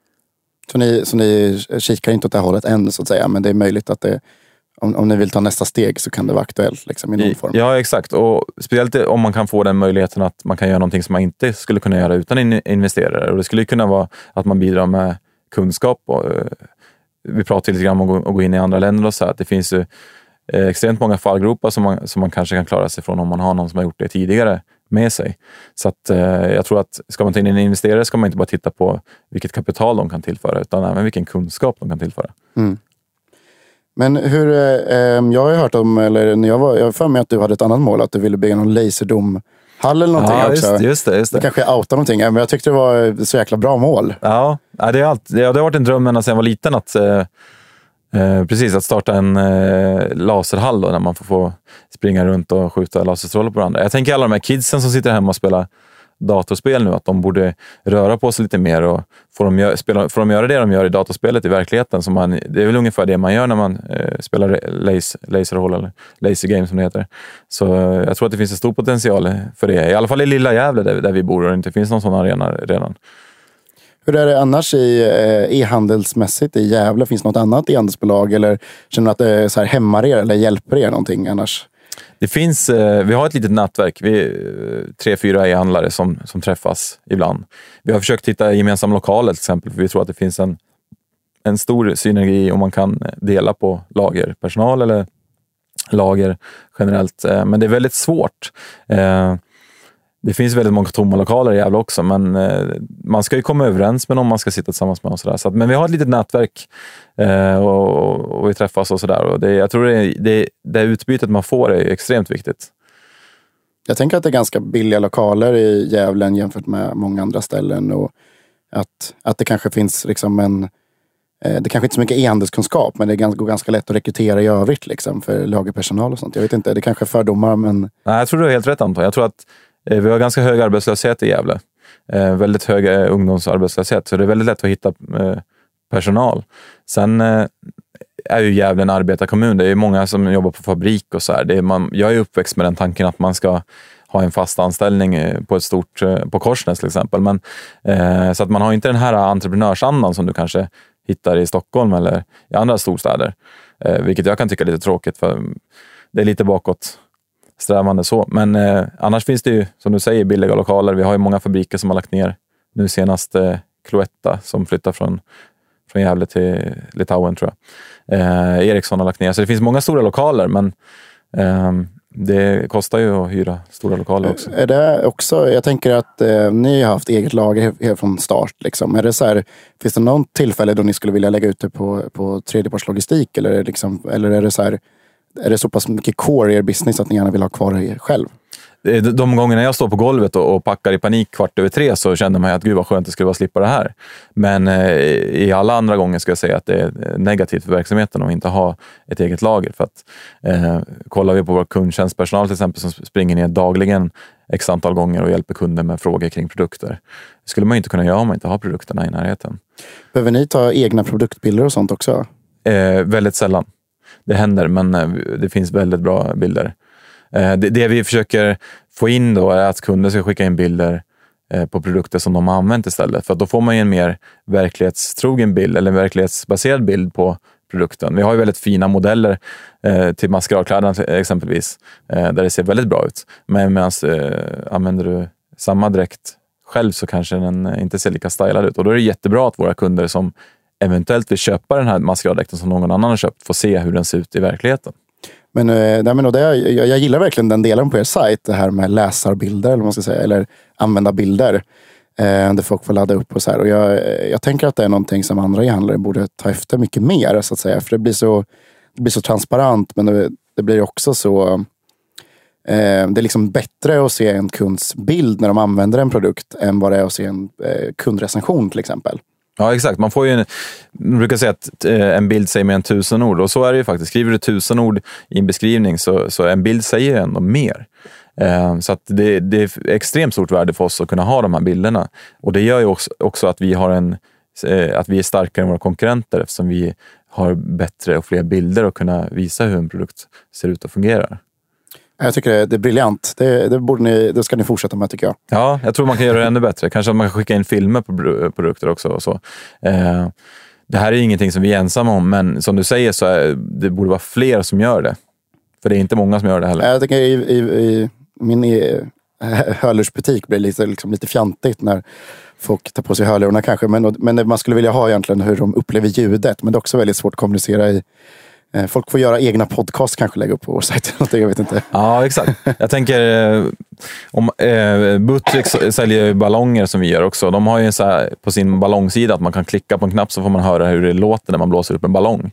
Speaker 2: Så ni kikar inte åt det här hållet än så att säga, men det är möjligt att om ni vill ta nästa steg så kan det vara aktuellt liksom, i någon form. Ja, exakt. Och speciellt om man kan få den möjligheten att man kan göra någonting som man inte skulle kunna göra utan investerare. Och det skulle kunna vara att man bidrar med kunskap. Och, vi pratar lite grann om att gå in i andra länder och så här. Att det finns ju extremt många fallgropar som man kanske kan klara sig från om man har någon som har gjort det tidigare med sig. Så att jag tror att ska man ta in en investerare ska man inte bara titta på vilket kapital de kan tillföra utan även vilken kunskap de kan tillföra.
Speaker 1: Mm. Men jag har hört om, eller när jag har för mig att du hade ett annat mål, att du ville bygga någon laserdomhall eller någonting också.
Speaker 2: Just det.
Speaker 1: Det kanske outar någonting, men jag tyckte det var så jäkla bra mål.
Speaker 2: Ja, det har varit en dröm ända sedan jag var liten att starta en laserhall då, när man får springa runt och skjuta laserstrålar på varandra. Jag tänker alla de här kidsen som sitter hemma och spelar datorspel nu, att de borde röra på sig lite mer och får de göra det de gör i datorspelet i verkligheten. Det är väl ungefär det man gör när man spelar laserhåll eller laser game som det heter. Så jag tror att det finns en stor potential för det. I alla fall i lilla Gävle där vi bor och det inte finns någon sån arena redan.
Speaker 1: Hur är det annars e-handelsmässigt i Gävle? Finns det något annat e-handelsbolag eller känner du att det är så här hämmar er eller hjälper er någonting annars?
Speaker 2: Det finns, vi har ett litet nätverk, vi är 3-4 e-handlare som träffas ibland. Vi har försökt hitta gemensamma lokaler till exempel, för vi tror att det finns en stor synergi om man kan dela på lagerpersonal eller lager generellt. Men det är väldigt svårt. Det finns väldigt många tomma lokaler i Gävle också, men man ska ju komma överens med någon man ska sitta tillsammans med och sådär. Men vi har ett litet nätverk och vi träffas och sådär. Och jag tror det utbytet man får är extremt viktigt.
Speaker 1: Jag tänker att det är ganska billiga lokaler i Gävle jämfört med många andra ställen och att det kanske finns liksom det kanske inte är så mycket e-handelskunskap, men det går ganska lätt att rekrytera i övrigt liksom, för lagerpersonal och sånt. Jag vet inte, det kanske är fördomar, men... Nej,
Speaker 2: jag tror du är helt rätt, Anton. Jag tror att vi har ganska hög arbetslöshet i Gävle. Väldigt hög ungdomsarbetslöshet. Så det är väldigt lätt att hitta personal. Sen är ju Gävle en arbetarkommun. Det är många som jobbar på fabrik och så här. Jag är uppväxt med den tanken att man ska ha en fast anställning på Korsnäs till exempel. Men, så att man har inte den här entreprenörsandan som du kanske hittar i Stockholm eller i andra storstäder. Vilket jag kan tycka är lite tråkigt, för det är lite bakåt strävande så. Men annars finns det ju, som du säger, billiga lokaler. Vi har ju många fabriker som har lagt ner. Nu senast Cloetta som flyttar från Gävle till Litauen, tror jag. Ericsson har lagt ner. Så det finns många stora lokaler, men det kostar ju att hyra stora lokaler också.
Speaker 1: Är det också, jag tänker att ni har haft eget lager från start. Liksom. Är det så här, finns det någon tillfälle då ni skulle vilja lägga ut det på tredjepartslogistik? Eller är det så här, är det så pass mycket core i er business att ni gärna vill ha kvar det själv?
Speaker 2: De gångerna jag står på golvet och packar i panik 2:15 så känner man att gud vad skönt det skulle vara att slippa det här. Men i alla andra gånger ska jag säga att det är negativt för verksamheten att inte ha ett eget lager. För att kollar vi på vår kundtjänstpersonal till exempel som springer ner dagligen x antal gånger och hjälper kunder med frågor kring produkter. Det skulle man inte kunna göra om man inte har produkterna i närheten.
Speaker 1: Behöver ni ta egna produktbilder och sånt också?
Speaker 2: Väldigt sällan. Det händer, men det finns väldigt bra bilder. Det vi försöker få in då är att kunder ska skicka in bilder på produkter som de har använt istället. För då får man ju en mer verklighetstrogen bild eller en verklighetsbaserad bild på produkten. Vi har ju väldigt fina modeller till maskeradkläderna exempelvis, där det ser väldigt bra ut. Men medan använder du samma dräkt själv så kanske den inte ser lika stylad ut. Och då är det jättebra att våra kunder som eventuellt vill köpa den här maskeraddräkten som någon annan har köpt får se hur den ser ut i verkligheten.
Speaker 1: Men jag gillar verkligen den delen på er sajt, det här med läsarbilder eller vad man ska säga, eller användarbilder där folk får ladda upp och så här. Och jag tänker att det är någonting som andra e-handlare borde ta efter mycket mer så att säga, för det blir så transparent, men det blir också så det är liksom bättre att se en kunds bild när de använder en produkt än vad det är att se en kundrecension till exempel.
Speaker 2: Ja, exakt. Man får ju man brukar säga att en bild säger mer än 1000 ord. Och så är det ju faktiskt. Skriver du 1000 ord i en beskrivning så en bild säger ändå mer. Så att det är extremt stort värde för oss att kunna ha de här bilderna. Och det gör ju också att vi har att vi är starkare än våra konkurrenter eftersom vi har bättre och fler bilder att kunna visa hur en produkt ser ut och fungerar.
Speaker 1: Jag tycker det är briljant. Det ska ni fortsätta med, tycker jag.
Speaker 2: Ja, jag tror man kan göra det ännu bättre. Kanske att man kan skicka in filmer på produkter också. Och så. Det här är ingenting som vi är ensamma om, men som du säger så det borde vara fler som gör det. För det är inte många som gör det heller.
Speaker 1: Jag tycker i min hörlursbutik blir det lite fjantigt när folk tar på sig hörlurarna kanske. Men man skulle vilja ha egentligen hur de upplever ljudet. Men det är också väldigt svårt att kommunicera i. Folk får göra egna podcast, kanske lägga upp på vår sajt. Jag vet inte.
Speaker 2: Ja, exakt. Jag tänker om Buttricks säljer ballonger som vi gör också. De har ju så här på sin ballongsida att man kan klicka på en knapp så får man höra hur det låter när man blåser upp en ballong.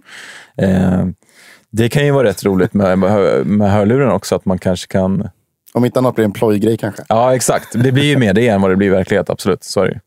Speaker 2: Det kan ju vara rätt roligt med hörluren också, att man kanske kan...
Speaker 1: Om inte annat blir en plojgrej kanske.
Speaker 2: Ja, exakt. Det blir ju mer det än vad det blir verklighet, absolut. Sorry.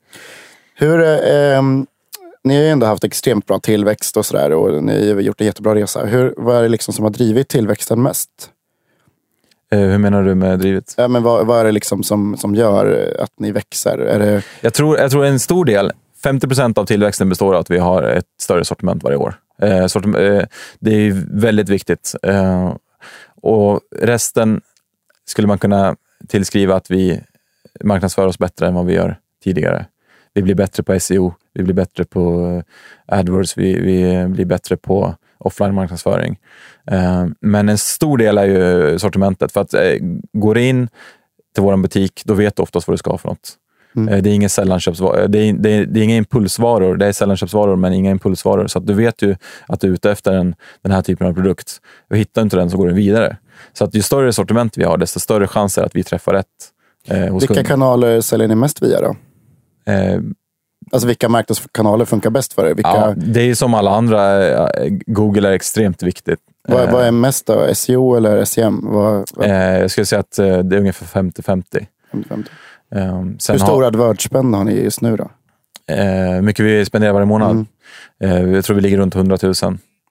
Speaker 1: Ni har ju ändå haft extremt bra tillväxt och sådär, och ni har gjort en jättebra resa. Vad är det liksom som har drivit tillväxten mest?
Speaker 2: Hur menar du med drivet?
Speaker 1: Ja, men vad är det liksom som gör att ni växer? Är det...
Speaker 2: Jag tror en stor del, 50% av tillväxten består av att vi har ett större sortiment varje år. Det är väldigt viktigt. Och resten skulle man kunna tillskriva att vi marknadsför oss bättre än vad vi gör tidigare. Vi blir bättre på SEO, vi blir bättre på AdWords, vi blir bättre på offline-marknadsföring. Men en stor del är ju sortimentet. För att går in till vår butik, då vet du oftast vad du ska ha för något. Det är inga sällanköpsvaror. Det är inga impulsvaror. Det är sällanköpsvaror, men inga impulsvaror. Så att du vet ju att du är ute efter den här typen av produkt. Och hittar inte den så går den vidare. Så att ju större sortiment vi har, desto större chanser att vi träffar rätt hos
Speaker 1: Vilka
Speaker 2: kunden.
Speaker 1: Kanaler säljer ni mest via då? Alltså vilka marknadskanaler funkar bäst för er?
Speaker 2: Ja, det är ju som alla andra. Google är extremt viktigt.
Speaker 1: Vad är mest då? SEO eller SEM?
Speaker 2: Jag skulle säga att det är ungefär 50-50.
Speaker 1: Hur stor AdWords-spänn har ni just nu då?
Speaker 2: Mycket vi spenderar varje månad. Jag tror vi ligger runt 100 000.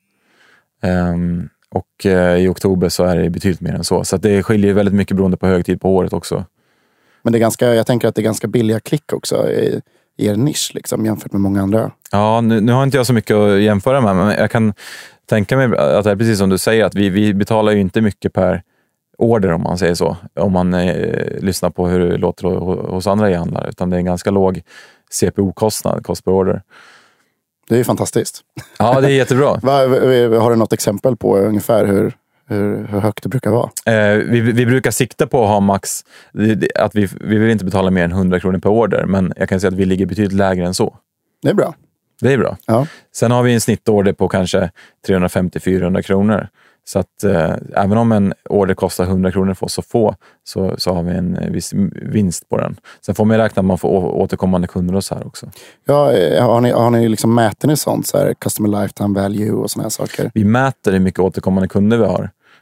Speaker 2: Och i oktober så är det betydligt mer än så. Så att det skiljer väldigt mycket beroende på högtid på året också. Men det är jag tänker att det är ganska billiga klick också i er nisch liksom, jämfört med många andra. Ja, nu har inte jag så mycket att jämföra med, men jag kan tänka mig att det är precis som du säger, att vi betalar ju inte mycket per order, om man säger så. Om man lyssnar på hur det låter hos andra e-handlare, utan det är en ganska låg CPO-kostnad, kost per order. Det är ju fantastiskt. Ja, det är jättebra. Har du något exempel på ungefär hur högt det brukar vara? Vi brukar sikta på att ha max, att vi vill inte betala mer än 100 kronor per order, men jag kan säga att vi ligger betydligt lägre än så. Det är bra. Det är bra. Ja. Sen har vi en snittorder på kanske 350-400 kronor. Så att även om en order kostar 100 kronor för oss att få, så har vi en viss vinst på den. Sen får man räkna att man får återkommande kunder och så här också. Ja, har ni liksom mäter ni sånt? Så här, customer lifetime value och såna här saker? Vi mäter hur mycket återkommande kunder vi har.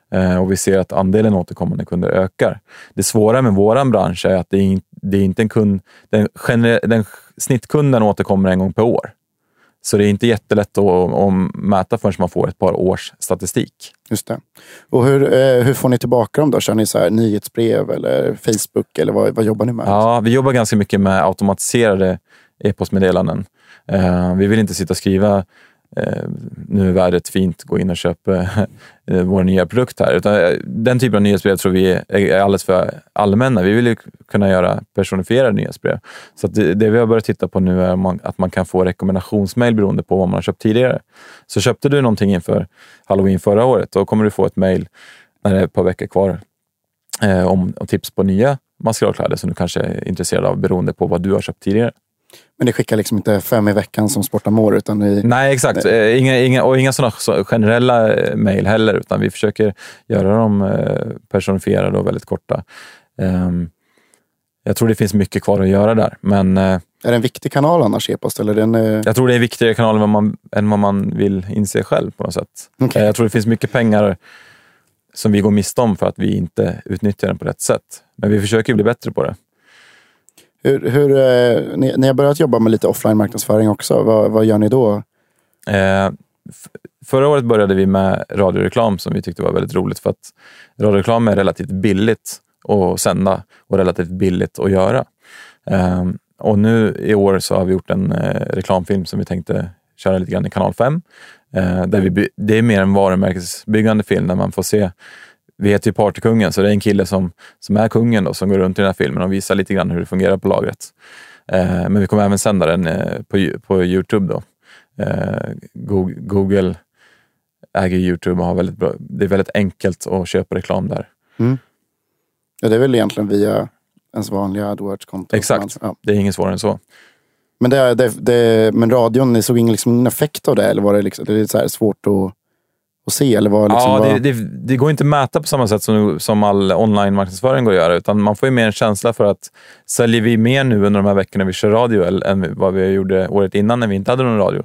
Speaker 2: Och vi ser att andelen återkommande kunder ökar. Det svåra med våran bransch är att det är inte en kund, den snittkunden återkommer en gång per år. Så det är inte jättelätt att mäta förrän man får ett par års statistik.
Speaker 1: Just det. Och hur får ni tillbaka dem då? Kör ni så här nyhetsbrev eller Facebook eller vad jobbar ni med?
Speaker 2: Ja, vi jobbar ganska mycket med automatiserade e-postmeddelanden. Vi vill inte sitta och skriva nu är värdet fint, gå in och köpa vår nya produkt här. Utan den typen av nyhetsbrev tror vi är alldeles för allmänna. Vi vill ju kunna göra personifierade nyhetsbrev. Så att det vi har börjat titta på nu är att man kan få rekommendationsmail beroende på vad man har köpt tidigare. Så köpte du någonting inför Halloween förra året, då kommer du få ett mail när det är ett par veckor kvar om tips på nya maskeradkläder som du kanske är intresserad av beroende på vad du har köpt tidigare.
Speaker 1: Men det skickar liksom inte 5 i veckan som Sporta Mår utan
Speaker 2: Nej, exakt. Inga sådana generella mejl heller, utan vi försöker göra dem personifierade och väldigt korta. Jag tror det finns mycket kvar att göra där. Men,
Speaker 1: är det en viktig kanal annars, e-post? Eller
Speaker 2: jag tror det är en viktigare kanal än vad man vill inse själv på något sätt. Okay. Jag tror det finns mycket pengar som vi går miste om för att vi inte utnyttjar den på rätt sätt. Men vi försöker bli bättre på det.
Speaker 1: Ni har börjat jobba med lite offline-marknadsföring också. Vad gör ni då?
Speaker 2: Förra året började vi med radioreklam som vi tyckte var väldigt roligt, för att radioreklam är relativt billigt att sända och relativt billigt att göra. Och nu i år så har vi gjort en reklamfilm som vi tänkte köra lite grann i kanal 5. Där det är mer en varumärkesbyggande film där man får se. Vi heter ju Partykungen, så det är en kille som är kungen då, som går runt i den här filmen och visar lite grann hur det fungerar på lagret. Men vi kommer även sända den på YouTube då. Google äger YouTube och har väldigt bra. Det är väldigt enkelt att köpa reklam där.
Speaker 1: Mm. Ja, det är väl egentligen via ens vanliga AdWords-konto.
Speaker 2: Exakt, ja. Det är inget svårare än så.
Speaker 1: Men men radion, ni såg ingen effekt av det? Eller var det liksom, det är så här svårt att se, eller vad liksom
Speaker 2: det går inte att mäta på samma sätt som all online-marknadsföring går att göra, utan man får ju mer en känsla för att säljer vi mer nu under de här veckorna vi kör radio än vad vi gjorde året innan när vi inte hade någon radio.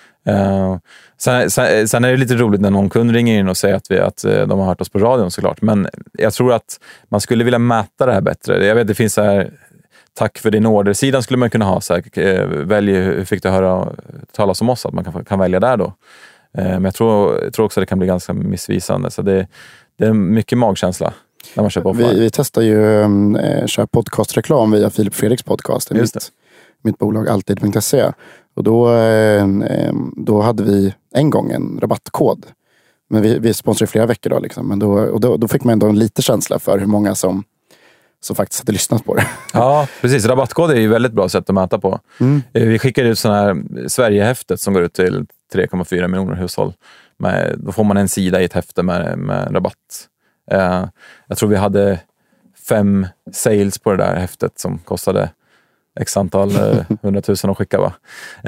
Speaker 2: Sen är det lite roligt när någon kund ringer in och säger att de har hört oss på radion såklart, men jag tror att man skulle vilja mäta det här bättre. Jag vet, det finns så här tack för din order-sidan skulle man kunna ha så här, välj hur fick du höra talas om oss, att man kan välja där då. Men jag tror också det kan bli ganska missvisande. Så det är mycket magkänsla när man köper offline.
Speaker 1: Vi testar ju köra podcastreklam via Filip Fredriks podcast. Mitt bolag alltid.se. Och då hade vi en gång en rabattkod. Men vi sponsrar flera veckor då. Liksom. Men då fick man ändå en lite känsla för hur många som faktiskt hade lyssnat på det.
Speaker 2: Ja, precis. Rabattkod är ju väldigt bra sätt att mäta på. Vi skickar ut sådana här Sverigehäftet som går ut till 3,4 miljoner hushåll. Då får man en sida i ett häfte med rabatt. Jag tror vi hade 5 sales på det där häftet som kostade x antal 100 000 att skicka, va?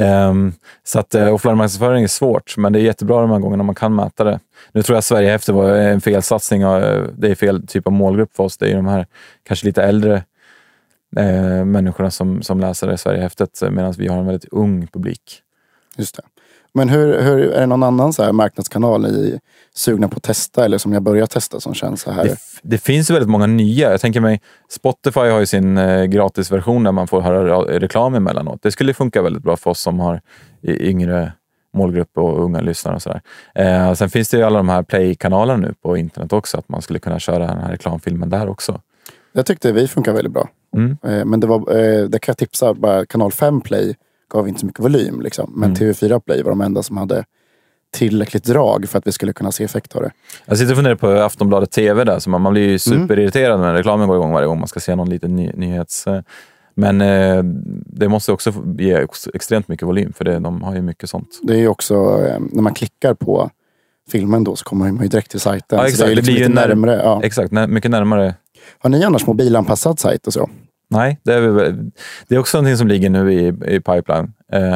Speaker 2: Så att offline-marknadsföring är svårt, men det är jättebra de här gångerna man kan mäta det. Nu tror jag att Sverigehäftet var en felsatsning och det är fel typ av målgrupp för oss. Det är de här kanske lite äldre människorna som läser det Sverigehäftet, medan vi har en väldigt ung publik.
Speaker 1: Just det. Men hur är det någon annan så här marknadskanal ni sugna på att testa, eller som jag börjar testa som känns så här?
Speaker 2: Det finns ju väldigt många nya. Jag tänker mig, Spotify har ju sin gratisversion där man får höra reklam emellanåt. Det skulle funka väldigt bra för oss som har yngre målgrupp och unga lyssnare och sådär. Sen finns det ju alla de här play-kanalerna nu på internet också, att man skulle kunna köra den här reklamfilmen där också.
Speaker 1: Jag tyckte vi funkar väldigt bra. Men det kan jag tipsa, bara kanal 5 Play gav inte så mycket volym liksom. Men TV4 Play var de enda som hade tillräckligt drag för att vi skulle kunna se effekt av det.
Speaker 2: Jag sitter och funderar på Aftonbladet TV där, så man blir ju superirriterad när reklamen går igång varje gång man ska se någon liten nyhets... Men det måste också ge extremt mycket volym, för de har ju mycket sånt. Det är
Speaker 1: ju också, när man klickar på filmen då så kommer man ju direkt till sajten.
Speaker 2: Ja, exakt.
Speaker 1: Så det är liksom lite närmare. Ja.
Speaker 2: Exakt, mycket närmare.
Speaker 1: Har ni annars mobilanpassad sajt och så?
Speaker 2: Nej, det är också någonting som ligger nu i pipeline.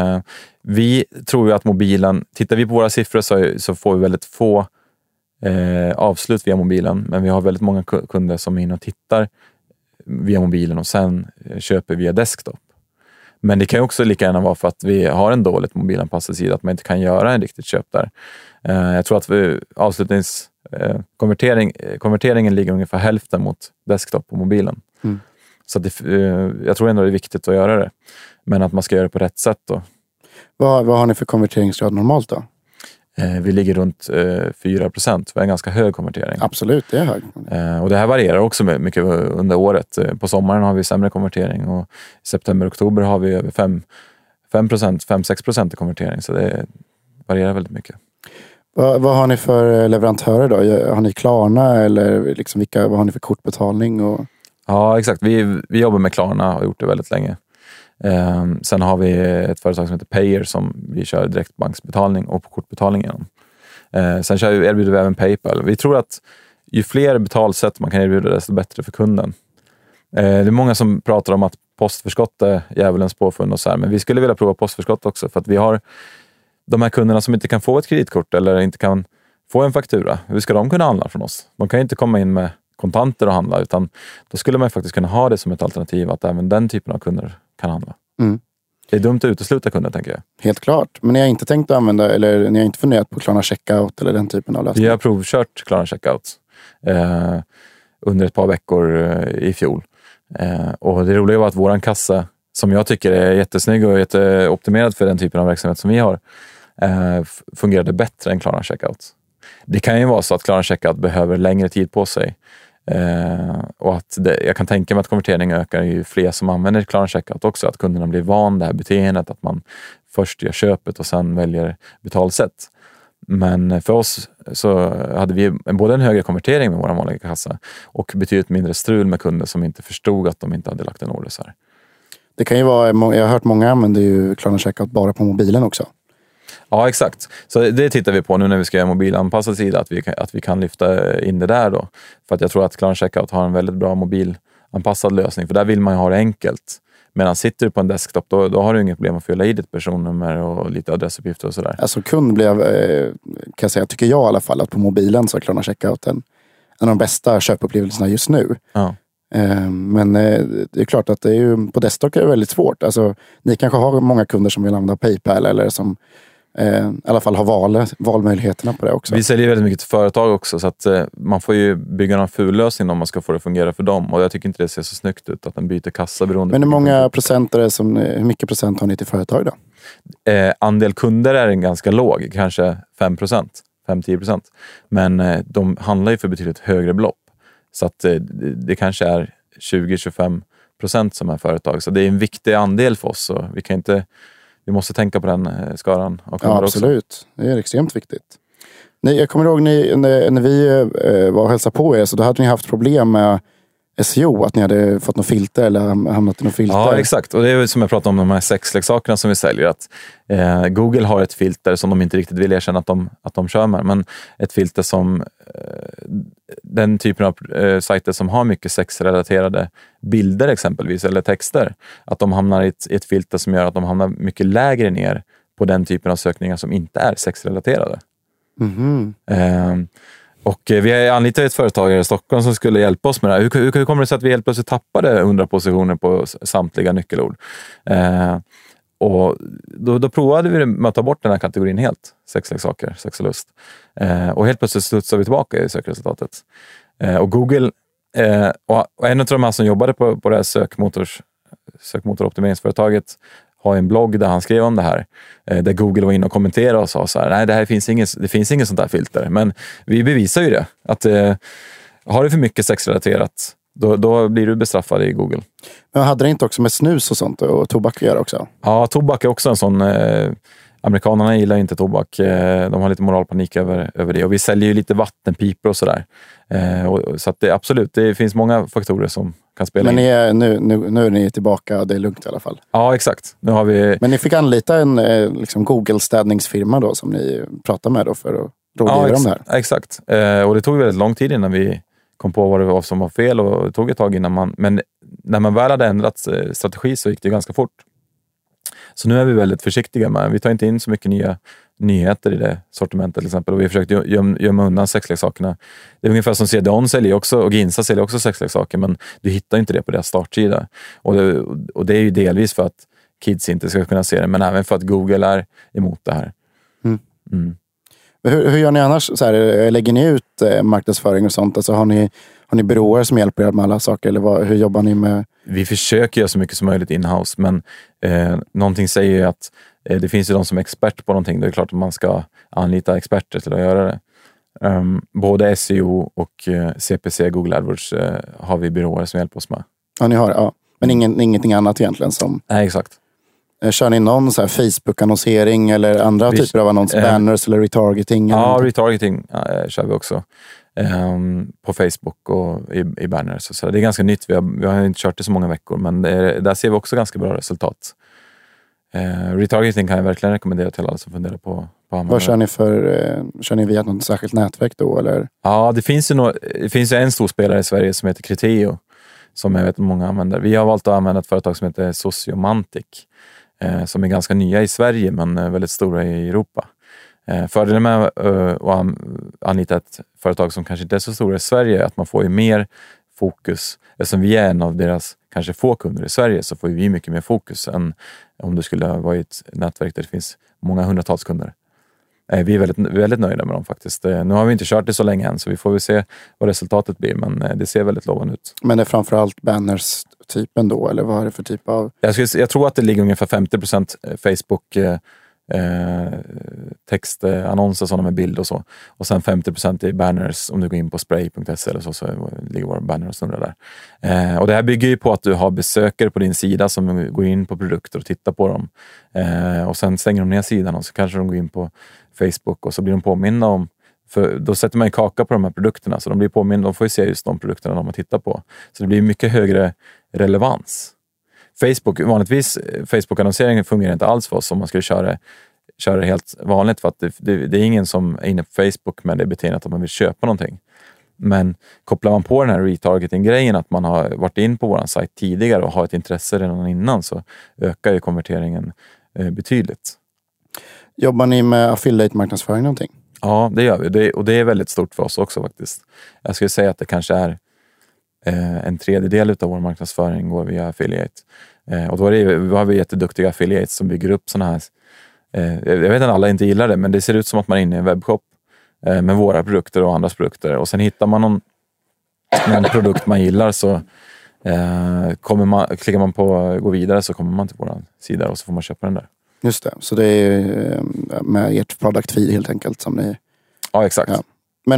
Speaker 2: Vi tror ju att mobilen, tittar vi på våra siffror så får vi väldigt få avslut via mobilen, men vi har väldigt många kunder som är inne och tittar via mobilen och sen köper via desktop. Men det kan ju också lika gärna vara för att vi har en dåligt mobilanpassad sida, att man inte kan göra en riktigt köp där. Jag tror att Konverteringen ligger ungefär hälften mot desktop på mobilen. Så att jag tror ändå det är viktigt att göra det. Men att man ska göra det på rätt sätt då.
Speaker 1: Vad har ni för konverteringsgrad normalt då?
Speaker 2: Vi ligger runt 4%. Vi har en ganska hög konvertering.
Speaker 1: Absolut, det är hög.
Speaker 2: Och det här varierar också mycket under året. På sommaren har vi sämre konvertering och i september-oktober har vi över 5-6% i konvertering. Så det varierar väldigt mycket.
Speaker 1: Vad har ni för leverantörer då? Har ni Klarna eller liksom vad har ni för kortbetalning?
Speaker 2: Ja, exakt. Vi jobbar med Klarna och har gjort det väldigt länge. Sen har vi ett företag som heter Payer som vi kör direktbanksbetalning och på kortbetalning genom. Sen erbjuder vi även PayPal. Vi tror att ju fler betalsätt man kan erbjuda desto bättre för kunden. Det är många som pratar om att postförskott är djävulens påfund och så här, men vi skulle vilja prova postförskott också för att vi har de här kunderna som inte kan få ett kreditkort eller inte kan få en faktura. Hur ska de kunna handla från oss? De kan ju inte komma in med kontanter och handla, utan då skulle man faktiskt kunna ha det som ett alternativ att även den typen av kunder kan handla. Det är dumt att utesluta kunder, tänker jag.
Speaker 1: Helt klart. Men ni har inte tänkt att använda, eller ni har inte funderat på Klarna Checkout eller den typen av lösning?
Speaker 2: Vi har provkört Klarna Checkout under ett par veckor i fjol. Och det roliga var att våran kassa, som jag tycker är jättesnygg och jätteoptimerad för den typen av verksamhet som vi har, fungerade bättre än Klarna Checkout. Det kan ju vara så att Klarna Checkout behöver längre tid på sig. Och att jag kan tänka mig att konverteringen ökar ju fler som använder Klarna Checkout också. Att kunderna blir van det här beteendet att man först gör köpet och sen väljer betalsätt. Men för oss så hade vi både en högre konvertering med vår vanliga kassa och betydligt mindre strul med kunder som inte förstod att de inte hade lagt en order så här. Det
Speaker 1: kan ju vara, jag har hört många använder ju Klarna Checkout bara på mobilen också.
Speaker 2: Ja, exakt. Så det tittar vi på nu när vi ska göra mobilanpassad sida, att vi kan lyfta in det där då. För att jag tror att Klarna Checkout har en väldigt bra mobilanpassad lösning, för där vill man ju ha det enkelt. Medan sitter du på en desktop, då har du inget problem att fylla i ditt personnummer och lite adressuppgifter och sådär.
Speaker 1: Alltså kund blev, kan jag säga, tycker jag i alla fall, att på mobilen så är Klarna Checkout en av de bästa köpupplevelserna just nu.
Speaker 2: Ja.
Speaker 1: Men det är klart att det är ju, på desktop är det väldigt svårt. Alltså, ni kanske har många kunder som vill använda PayPal eller som i alla fall har valmöjligheterna på det också.
Speaker 2: Vi säljer väldigt mycket till företag också, så att man får ju bygga någon ful lösning om man ska få det att fungera för dem. Och jag tycker inte det ser så snyggt ut att den byter kassa beroende.
Speaker 1: Men hur mycket procent har ni till företag då?
Speaker 2: Andel kunder är en ganska låg, kanske 5-10%. Men de handlar ju för betydligt högre belopp. Så att det kanske är 20-25% som är företag. Så det är en viktig andel för oss. Så vi måste tänka på den skaran.
Speaker 1: Ja, absolut. Också. Det är extremt viktigt. Jag kommer ihåg när vi var och hälsade på er, så då hade ni haft problem med SEO, att ni hade fått något filter eller hamnat i något filter.
Speaker 2: Ja, exakt. Och det är som jag pratade om de här sexleksakerna som vi säljer. Att Google har ett filter som de inte riktigt vill erkänna att de kör med. Men ett filter som den typen av sajter som har mycket sexrelaterade bilder exempelvis, eller texter, att de hamnar i ett filter som gör att de hamnar mycket lägre ner på den typen av sökningar som inte är sexrelaterade. Och vi har anlitat ett företag i Stockholm som skulle hjälpa oss med det här. Hur kommer det sig att vi helt plötsligt tappade 100 positioner på samtliga nyckelord? Och då provade vi med att ta bort den här kategorin helt. Sexleksaker, sex och lust. Och helt plötsligt studsade vi tillbaka i sökresultatet. Och Google, och en av de här som jobbade på det här sökmotoroptimeringsföretaget har en blogg där han skrev om det här. Där Google var inne och kommenterade och sa så här: nej, det finns inget sånt där filter. Men vi bevisar ju det. Att har du för mycket sexrelaterat, då blir du bestraffad i Google.
Speaker 1: Men hade det inte också med snus och sånt och tobak att göra också? Ja,
Speaker 2: tobak är också en sån... Amerikanerna gillar inte tobak. De har lite moralpanik över det. Och vi säljer ju lite vattenpipor och sådär. Så att absolut, det finns många faktorer som kan spela
Speaker 1: in. Men nu är ni tillbaka, det är lugnt i alla fall.
Speaker 2: Ja, exakt. Nu har vi...
Speaker 1: Men ni fick anlita en Google-städningsfirma då, som ni pratar med då för att rådgiva om det här?
Speaker 2: Ja, exakt. Och det tog väldigt lång tid innan vi kom på vad det var som var fel, och det tog ett tag innan men när man väl hade ändrat strategi så gick det ganska fort. Så nu är vi väldigt försiktiga med, vi tar inte in så mycket nya nyheter i det sortimentet till exempel, och vi försökte gömma undan sexleksakerna. Det är ungefär som CDON säljer också, och Ginsa säljer också sexleksaker, men du hittar inte det på deras startsida. Och det är ju delvis för att kids inte ska kunna se det, men även för att Google är emot det här.
Speaker 1: Hur gör ni annars? Så här, lägger ni ut marknadsföring och sånt? Alltså, har ni byråer som hjälper er med alla saker? Eller hur jobbar ni med?
Speaker 2: Vi försöker göra så mycket som möjligt in-house, men någonting säger ju att det finns ju de som är expert på någonting. Det är klart att man ska anlita experter till att göra det. Både SEO och CPC, Google AdWords, har vi byråer som hjälper oss med.
Speaker 1: Ja, ni har, ja. Men ingenting annat egentligen som...
Speaker 2: Nej, exakt.
Speaker 1: Kör ni någon så här Facebook-annonsering eller andra typer av annons, banners eller retargeting?
Speaker 2: Ja, retargeting kör vi också. På Facebook och i banners. Så det är ganska nytt. Vi har inte kört det så många veckor, men där ser vi också ganska bra resultat. Retargeting kan jag verkligen rekommendera till alla som funderar på
Speaker 1: vad kör ni för? Kör ni via något särskilt nätverk då? Eller?
Speaker 2: Ja, det finns ju en stor spelare i Sverige som heter Criteo, som jag vet att många använder. Vi har valt att använda ett företag som heter Sociomantic, som är ganska nya i Sverige men väldigt stora i Europa. Fördelen med att anlita ett företag som kanske inte är så stora i Sverige är att man får ju mer fokus. Eftersom vi är en av deras kanske få kunder i Sverige, så får vi mycket mer fokus än om det skulle vara ett nätverk där det finns många hundratals kunder. Vi är väldigt nöjda med dem faktiskt. Nu har vi inte kört det så länge än, så vi får väl se vad resultatet blir, men det ser väldigt lovande ut. Men
Speaker 1: det är framförallt banners-typen då, eller vad är det för typ av?
Speaker 2: Jag tror att det ligger ungefär 50% Facebook textannonser, sådana med bild och så. Och sen 50% i banners. Om du går in på spray.se eller så ligger våra banners under där. Och det här bygger ju på att du har besökare på din sida som går in på produkter och tittar på dem. Och sen stänger de ner sidan och så kanske de går in på Facebook och så blir de påminna om, för då sätter man en kaka på de här produkterna, så de blir påminna, de får ju se just de produkterna de har tittat på. Så det blir mycket högre relevans. Vanligtvis Facebook-annonseringen fungerar inte alls för oss om man skulle köra det helt vanligt, för att det är ingen som är inne på Facebook med det beteendet att man vill köpa någonting. Men kopplar man på den här retargeting-grejen, att man har varit in på våran sajt tidigare och har ett intresse redan innan, så ökar ju konverteringen betydligt.
Speaker 1: Jobbar ni med affiliate-marknadsföring någonting?
Speaker 2: Ja, det gör vi. Och det är väldigt stort för oss också faktiskt. Jag skulle säga att det kanske är en tredjedel av vår marknadsföring går via affiliate. Och då har vi jätteduktiga affiliates som bygger upp sådana här. Jag vet att alla inte gillar det, men det ser ut som att man är inne i en webbshop med våra produkter och andras produkter. Och sen hittar man någon produkt man gillar, så klickar man på gå vidare, så kommer man till vår sida och så får man köpa den där.
Speaker 1: Just det, så det är med ert product feed helt enkelt som ni...
Speaker 2: Ja, exakt. Ja.
Speaker 1: Men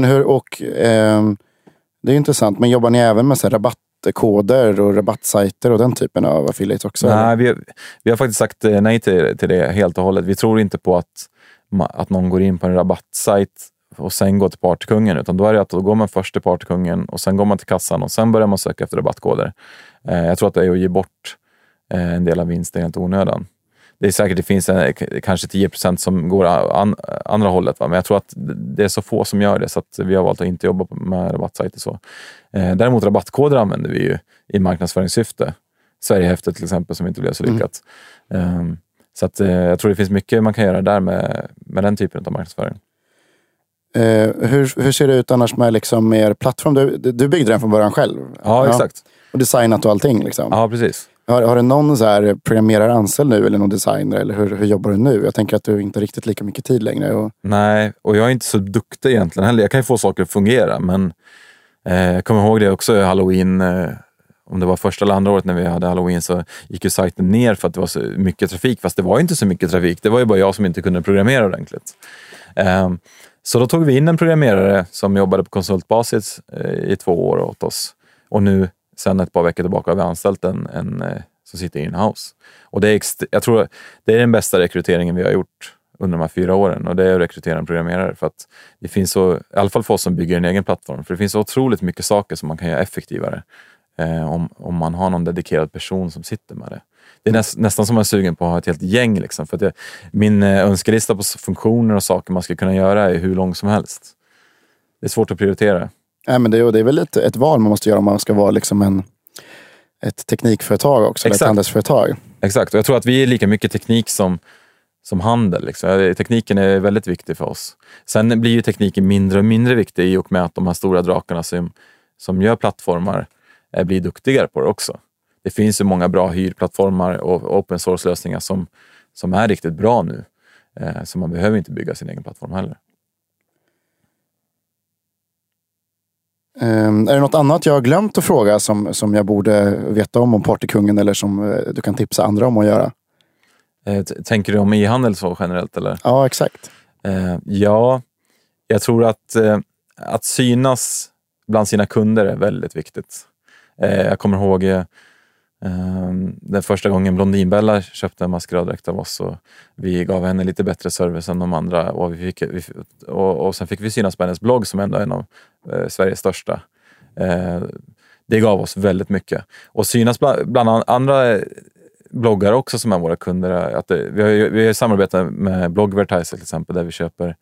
Speaker 1: det är intressant, men jobbar ni även med så här rabattkoder och rabattsajter och den typen av affiliates också?
Speaker 2: Nej, vi har faktiskt sagt nej till det helt och hållet. Vi tror inte på att någon går in på en rabattsajt och sen går till partykungen, utan då är det att då går man först till partykungen och sen går man till kassan och sen börjar man söka efter rabattkoder. Jag tror att det är att ge bort en del av vinsten helt onödan. Det är säkert, det finns kanske 10% som går andra hållet, va? Men jag tror att det är så få som gör det, så att vi har valt att inte jobba med rabattsajter så. Däremot rabattkoder använder vi ju i marknadsföringssyfte. Sverigehäftet till exempel, som inte blev så lyckat. Så att jag tror det finns mycket man kan göra där med den typen av marknadsföring.
Speaker 1: Hur ser det ut annars med liksom er plattform? Du byggde den från början själv.
Speaker 2: Ja, exakt.
Speaker 1: Och designat och allting liksom.
Speaker 2: Ja, precis.
Speaker 1: Har du någon så här programmerare anställd nu eller någon designer, eller hur jobbar du nu? Jag tänker att du inte riktigt lika mycket tid längre.
Speaker 2: Nej, och jag är inte så duktig egentligen heller. Jag kan ju få saker att fungera, men jag kommer ihåg det också i Halloween, om det var första eller andra året när vi hade Halloween, så gick ju sajten ner för att det var så mycket trafik, fast det var inte så mycket trafik. Det var ju bara jag som inte kunde programmera ordentligt. Så då tog vi in en programmerare som jobbade på konsultbasis i 2 år åt oss. Och nu, sen ett par veckor tillbaka, har vi anställt en som sitter in-house. Och jag tror det är den bästa rekryteringen vi har gjort under de här 4 åren. Och det är att rekrytera en programmerare. För att det finns så, i alla fall för oss som bygger en egen plattform. För det finns så otroligt mycket saker som man kan göra effektivare. Om man har någon dedikerad person som sitter med det. Det är nästan som man är sugen på att ha ett helt gäng. Liksom, för att min önskelista på funktioner och saker man ska kunna göra är hur lång som helst. Det är svårt att prioritera.
Speaker 1: Nej, men det är väl ett val man måste göra om man ska vara liksom ett teknikföretag också. Exakt. Eller ett handelsföretag.
Speaker 2: Exakt, och jag tror att vi är lika mycket teknik som handel. Liksom. Tekniken är väldigt viktig för oss. Sen blir ju tekniken mindre och mindre viktig i och med att de här stora drakarna som gör plattformar blir duktigare på det också. Det finns ju många bra hyrplattformar och open source-lösningar som är riktigt bra nu. Så man behöver inte bygga sin egen plattform heller.
Speaker 1: Är det något annat jag har glömt att fråga som jag borde veta om Partykungen eller som du kan tipsa andra om att göra?
Speaker 2: Tänker du om e-handel så generellt eller?
Speaker 1: Ja, exakt.
Speaker 2: Ja, jag tror att synas bland sina kunder är väldigt viktigt. Jag kommer ihåg den första gången Blondinbella köpte en maskeradräkt av oss och vi gav henne lite bättre service än de andra och sen fick vi synas på hennes blogg som ändå är en av Sveriges största. Det gav oss väldigt mycket. Och synas bland andra bloggare också som är våra kunder. Vi har samarbetat med Blogvertiser till exempel där vi köper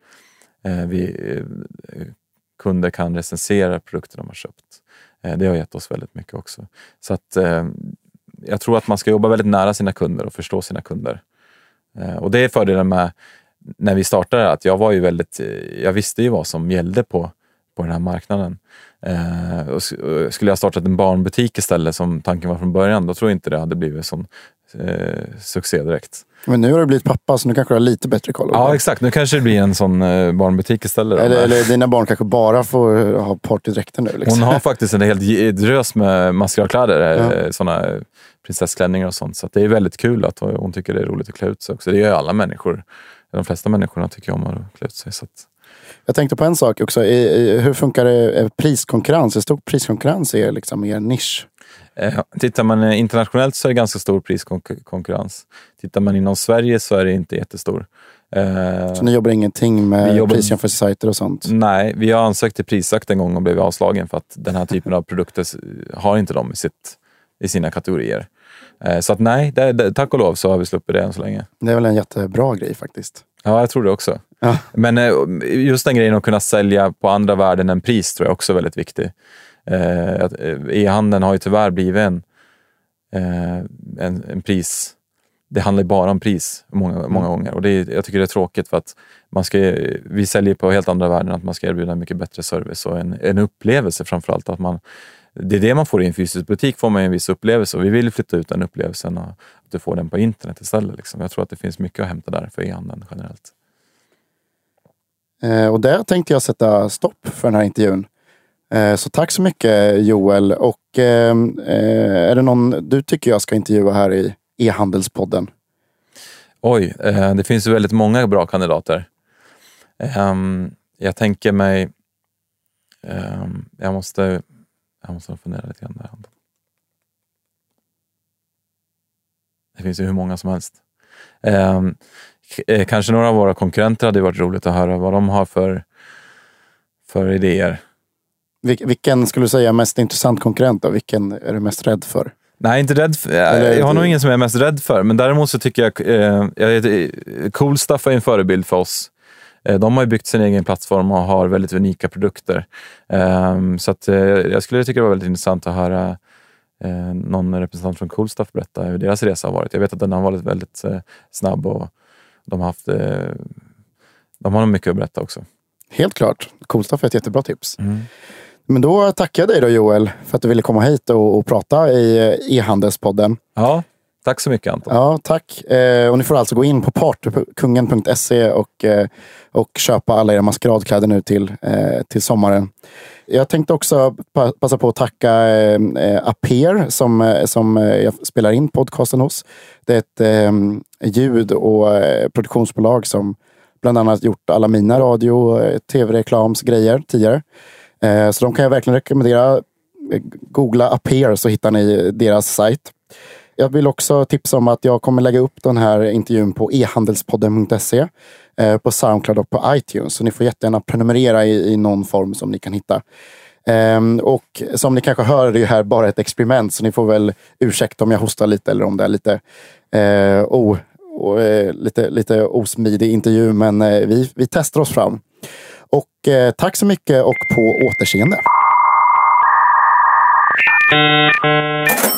Speaker 2: kunder kan recensera produkter de har köpt. Det har gett oss väldigt mycket också. Så att jag tror att man ska jobba väldigt nära sina kunder och förstå sina kunder. Och det är fördelen med när vi startade att jag visste ju vad som gällde på den här marknaden. Och skulle jag startat en barnbutik istället som tanken var från början, då tror jag inte det hade blivit sån succé direkt.
Speaker 1: Men nu har du blivit pappa så nu kanske du har lite bättre koll.
Speaker 2: Ja, exakt. Nu kanske det blir en sån barnbutik istället.
Speaker 1: Eller dina barn kanske bara får ha partydräkter nu. Liksom.
Speaker 2: Hon har faktiskt en helt drös med maskeradkläder, såna prinsessklänningar och sånt. Så att det är väldigt kul att hon tycker det är roligt att klä ut sig också. Det gör alla människor. De flesta människorna tycker om att klä ut sig. Så att...
Speaker 1: Jag tänkte på en sak också. Hur funkar det priskonkurrens? Hur stor priskonkurrens är liksom mer nisch?
Speaker 2: Tittar man internationellt så är det ganska stor priskonkurrens. Tittar man inom Sverige så är det inte jättestor.
Speaker 1: Så ni jobbar ingenting med prisjämförelsesajter och sånt? Nej,
Speaker 2: vi har ansökt till Prisjakt en gång och blev avslagen för att den här typen av produkter har inte de i sina kategorier. Så att nej, tack och lov så har vi sluppit det än så länge. Det
Speaker 1: är väl en jättebra grej faktiskt.
Speaker 2: Ja, jag tror det också.
Speaker 1: Ja.
Speaker 2: Men just den grejen att kunna sälja på andra värden än pris tror jag också är väldigt viktig. E-handeln har ju tyvärr blivit en pris. Det handlar bara om pris många gånger. Och jag tycker det är tråkigt för att vi säljer på helt andra värden, att man ska erbjuda en mycket bättre service och en upplevelse framförallt. Det är det man får i en fysisk butik, får man en viss upplevelse och vi vill flytta ut den upplevelsen och att du får den på internet istället. Liksom. Jag tror att det finns mycket att hämta där för e-handeln generellt.
Speaker 1: Och där tänkte jag sätta stopp för den här intervjun. Så tack så mycket Joel. Och är det någon du tycker jag ska intervjua här i e-handelspodden?
Speaker 2: Oj, det finns ju väldigt många bra kandidater. Jag tänker mig jag måste fundera lite grann där. Det finns ju hur många som helst. Kanske några av våra konkurrenter hade varit roligt att höra vad de har för idéer.
Speaker 1: Vilken skulle du säga är mest intressant konkurrent då? Vilken är du mest rädd för?
Speaker 2: Nej, inte rädd för. Jag har nog ingen som jag är mest rädd för. Men däremot så tycker jag Coolstuff är en förebild för oss. De har ju byggt sin egen plattform och har väldigt unika produkter. Så att jag skulle tycka det var väldigt intressant att höra någon representant från Coolstuff berätta hur deras resa har varit. Jag vet att den har varit väldigt snabb och de har nog mycket att berätta också.
Speaker 1: Helt klart. Coolstuff är ett jättebra tips. Men då tackar jag dig då Joel för att du ville komma hit och prata i e-handelspodden.
Speaker 2: Ja, tack så mycket Anton.
Speaker 1: Ja, tack. Och ni får alltså gå in på partykungen.se och köpa alla era maskeradkläder nu till sommaren. Jag tänkte också passa på att tacka Aper som jag spelar in podcasten hos. Det är ett ljud- och produktionsbolag som bland annat gjort alla mina radio- och tv-reklamsgrejer tidigare. Så de kan jag verkligen rekommendera. Googla Aper så hittar ni deras sajt. Jag vill också tipsa om att jag kommer lägga upp den här intervjun på e-handelspodden.se, på Soundcloud och på iTunes. Så ni får jättegärna prenumerera i någon form som ni kan hitta. Och som ni kanske hör är det här bara ett experiment, så ni får väl ursäkta om jag hostar lite eller om det är lite osmidig intervju, men vi testar oss fram. Och tack så mycket och på återseende.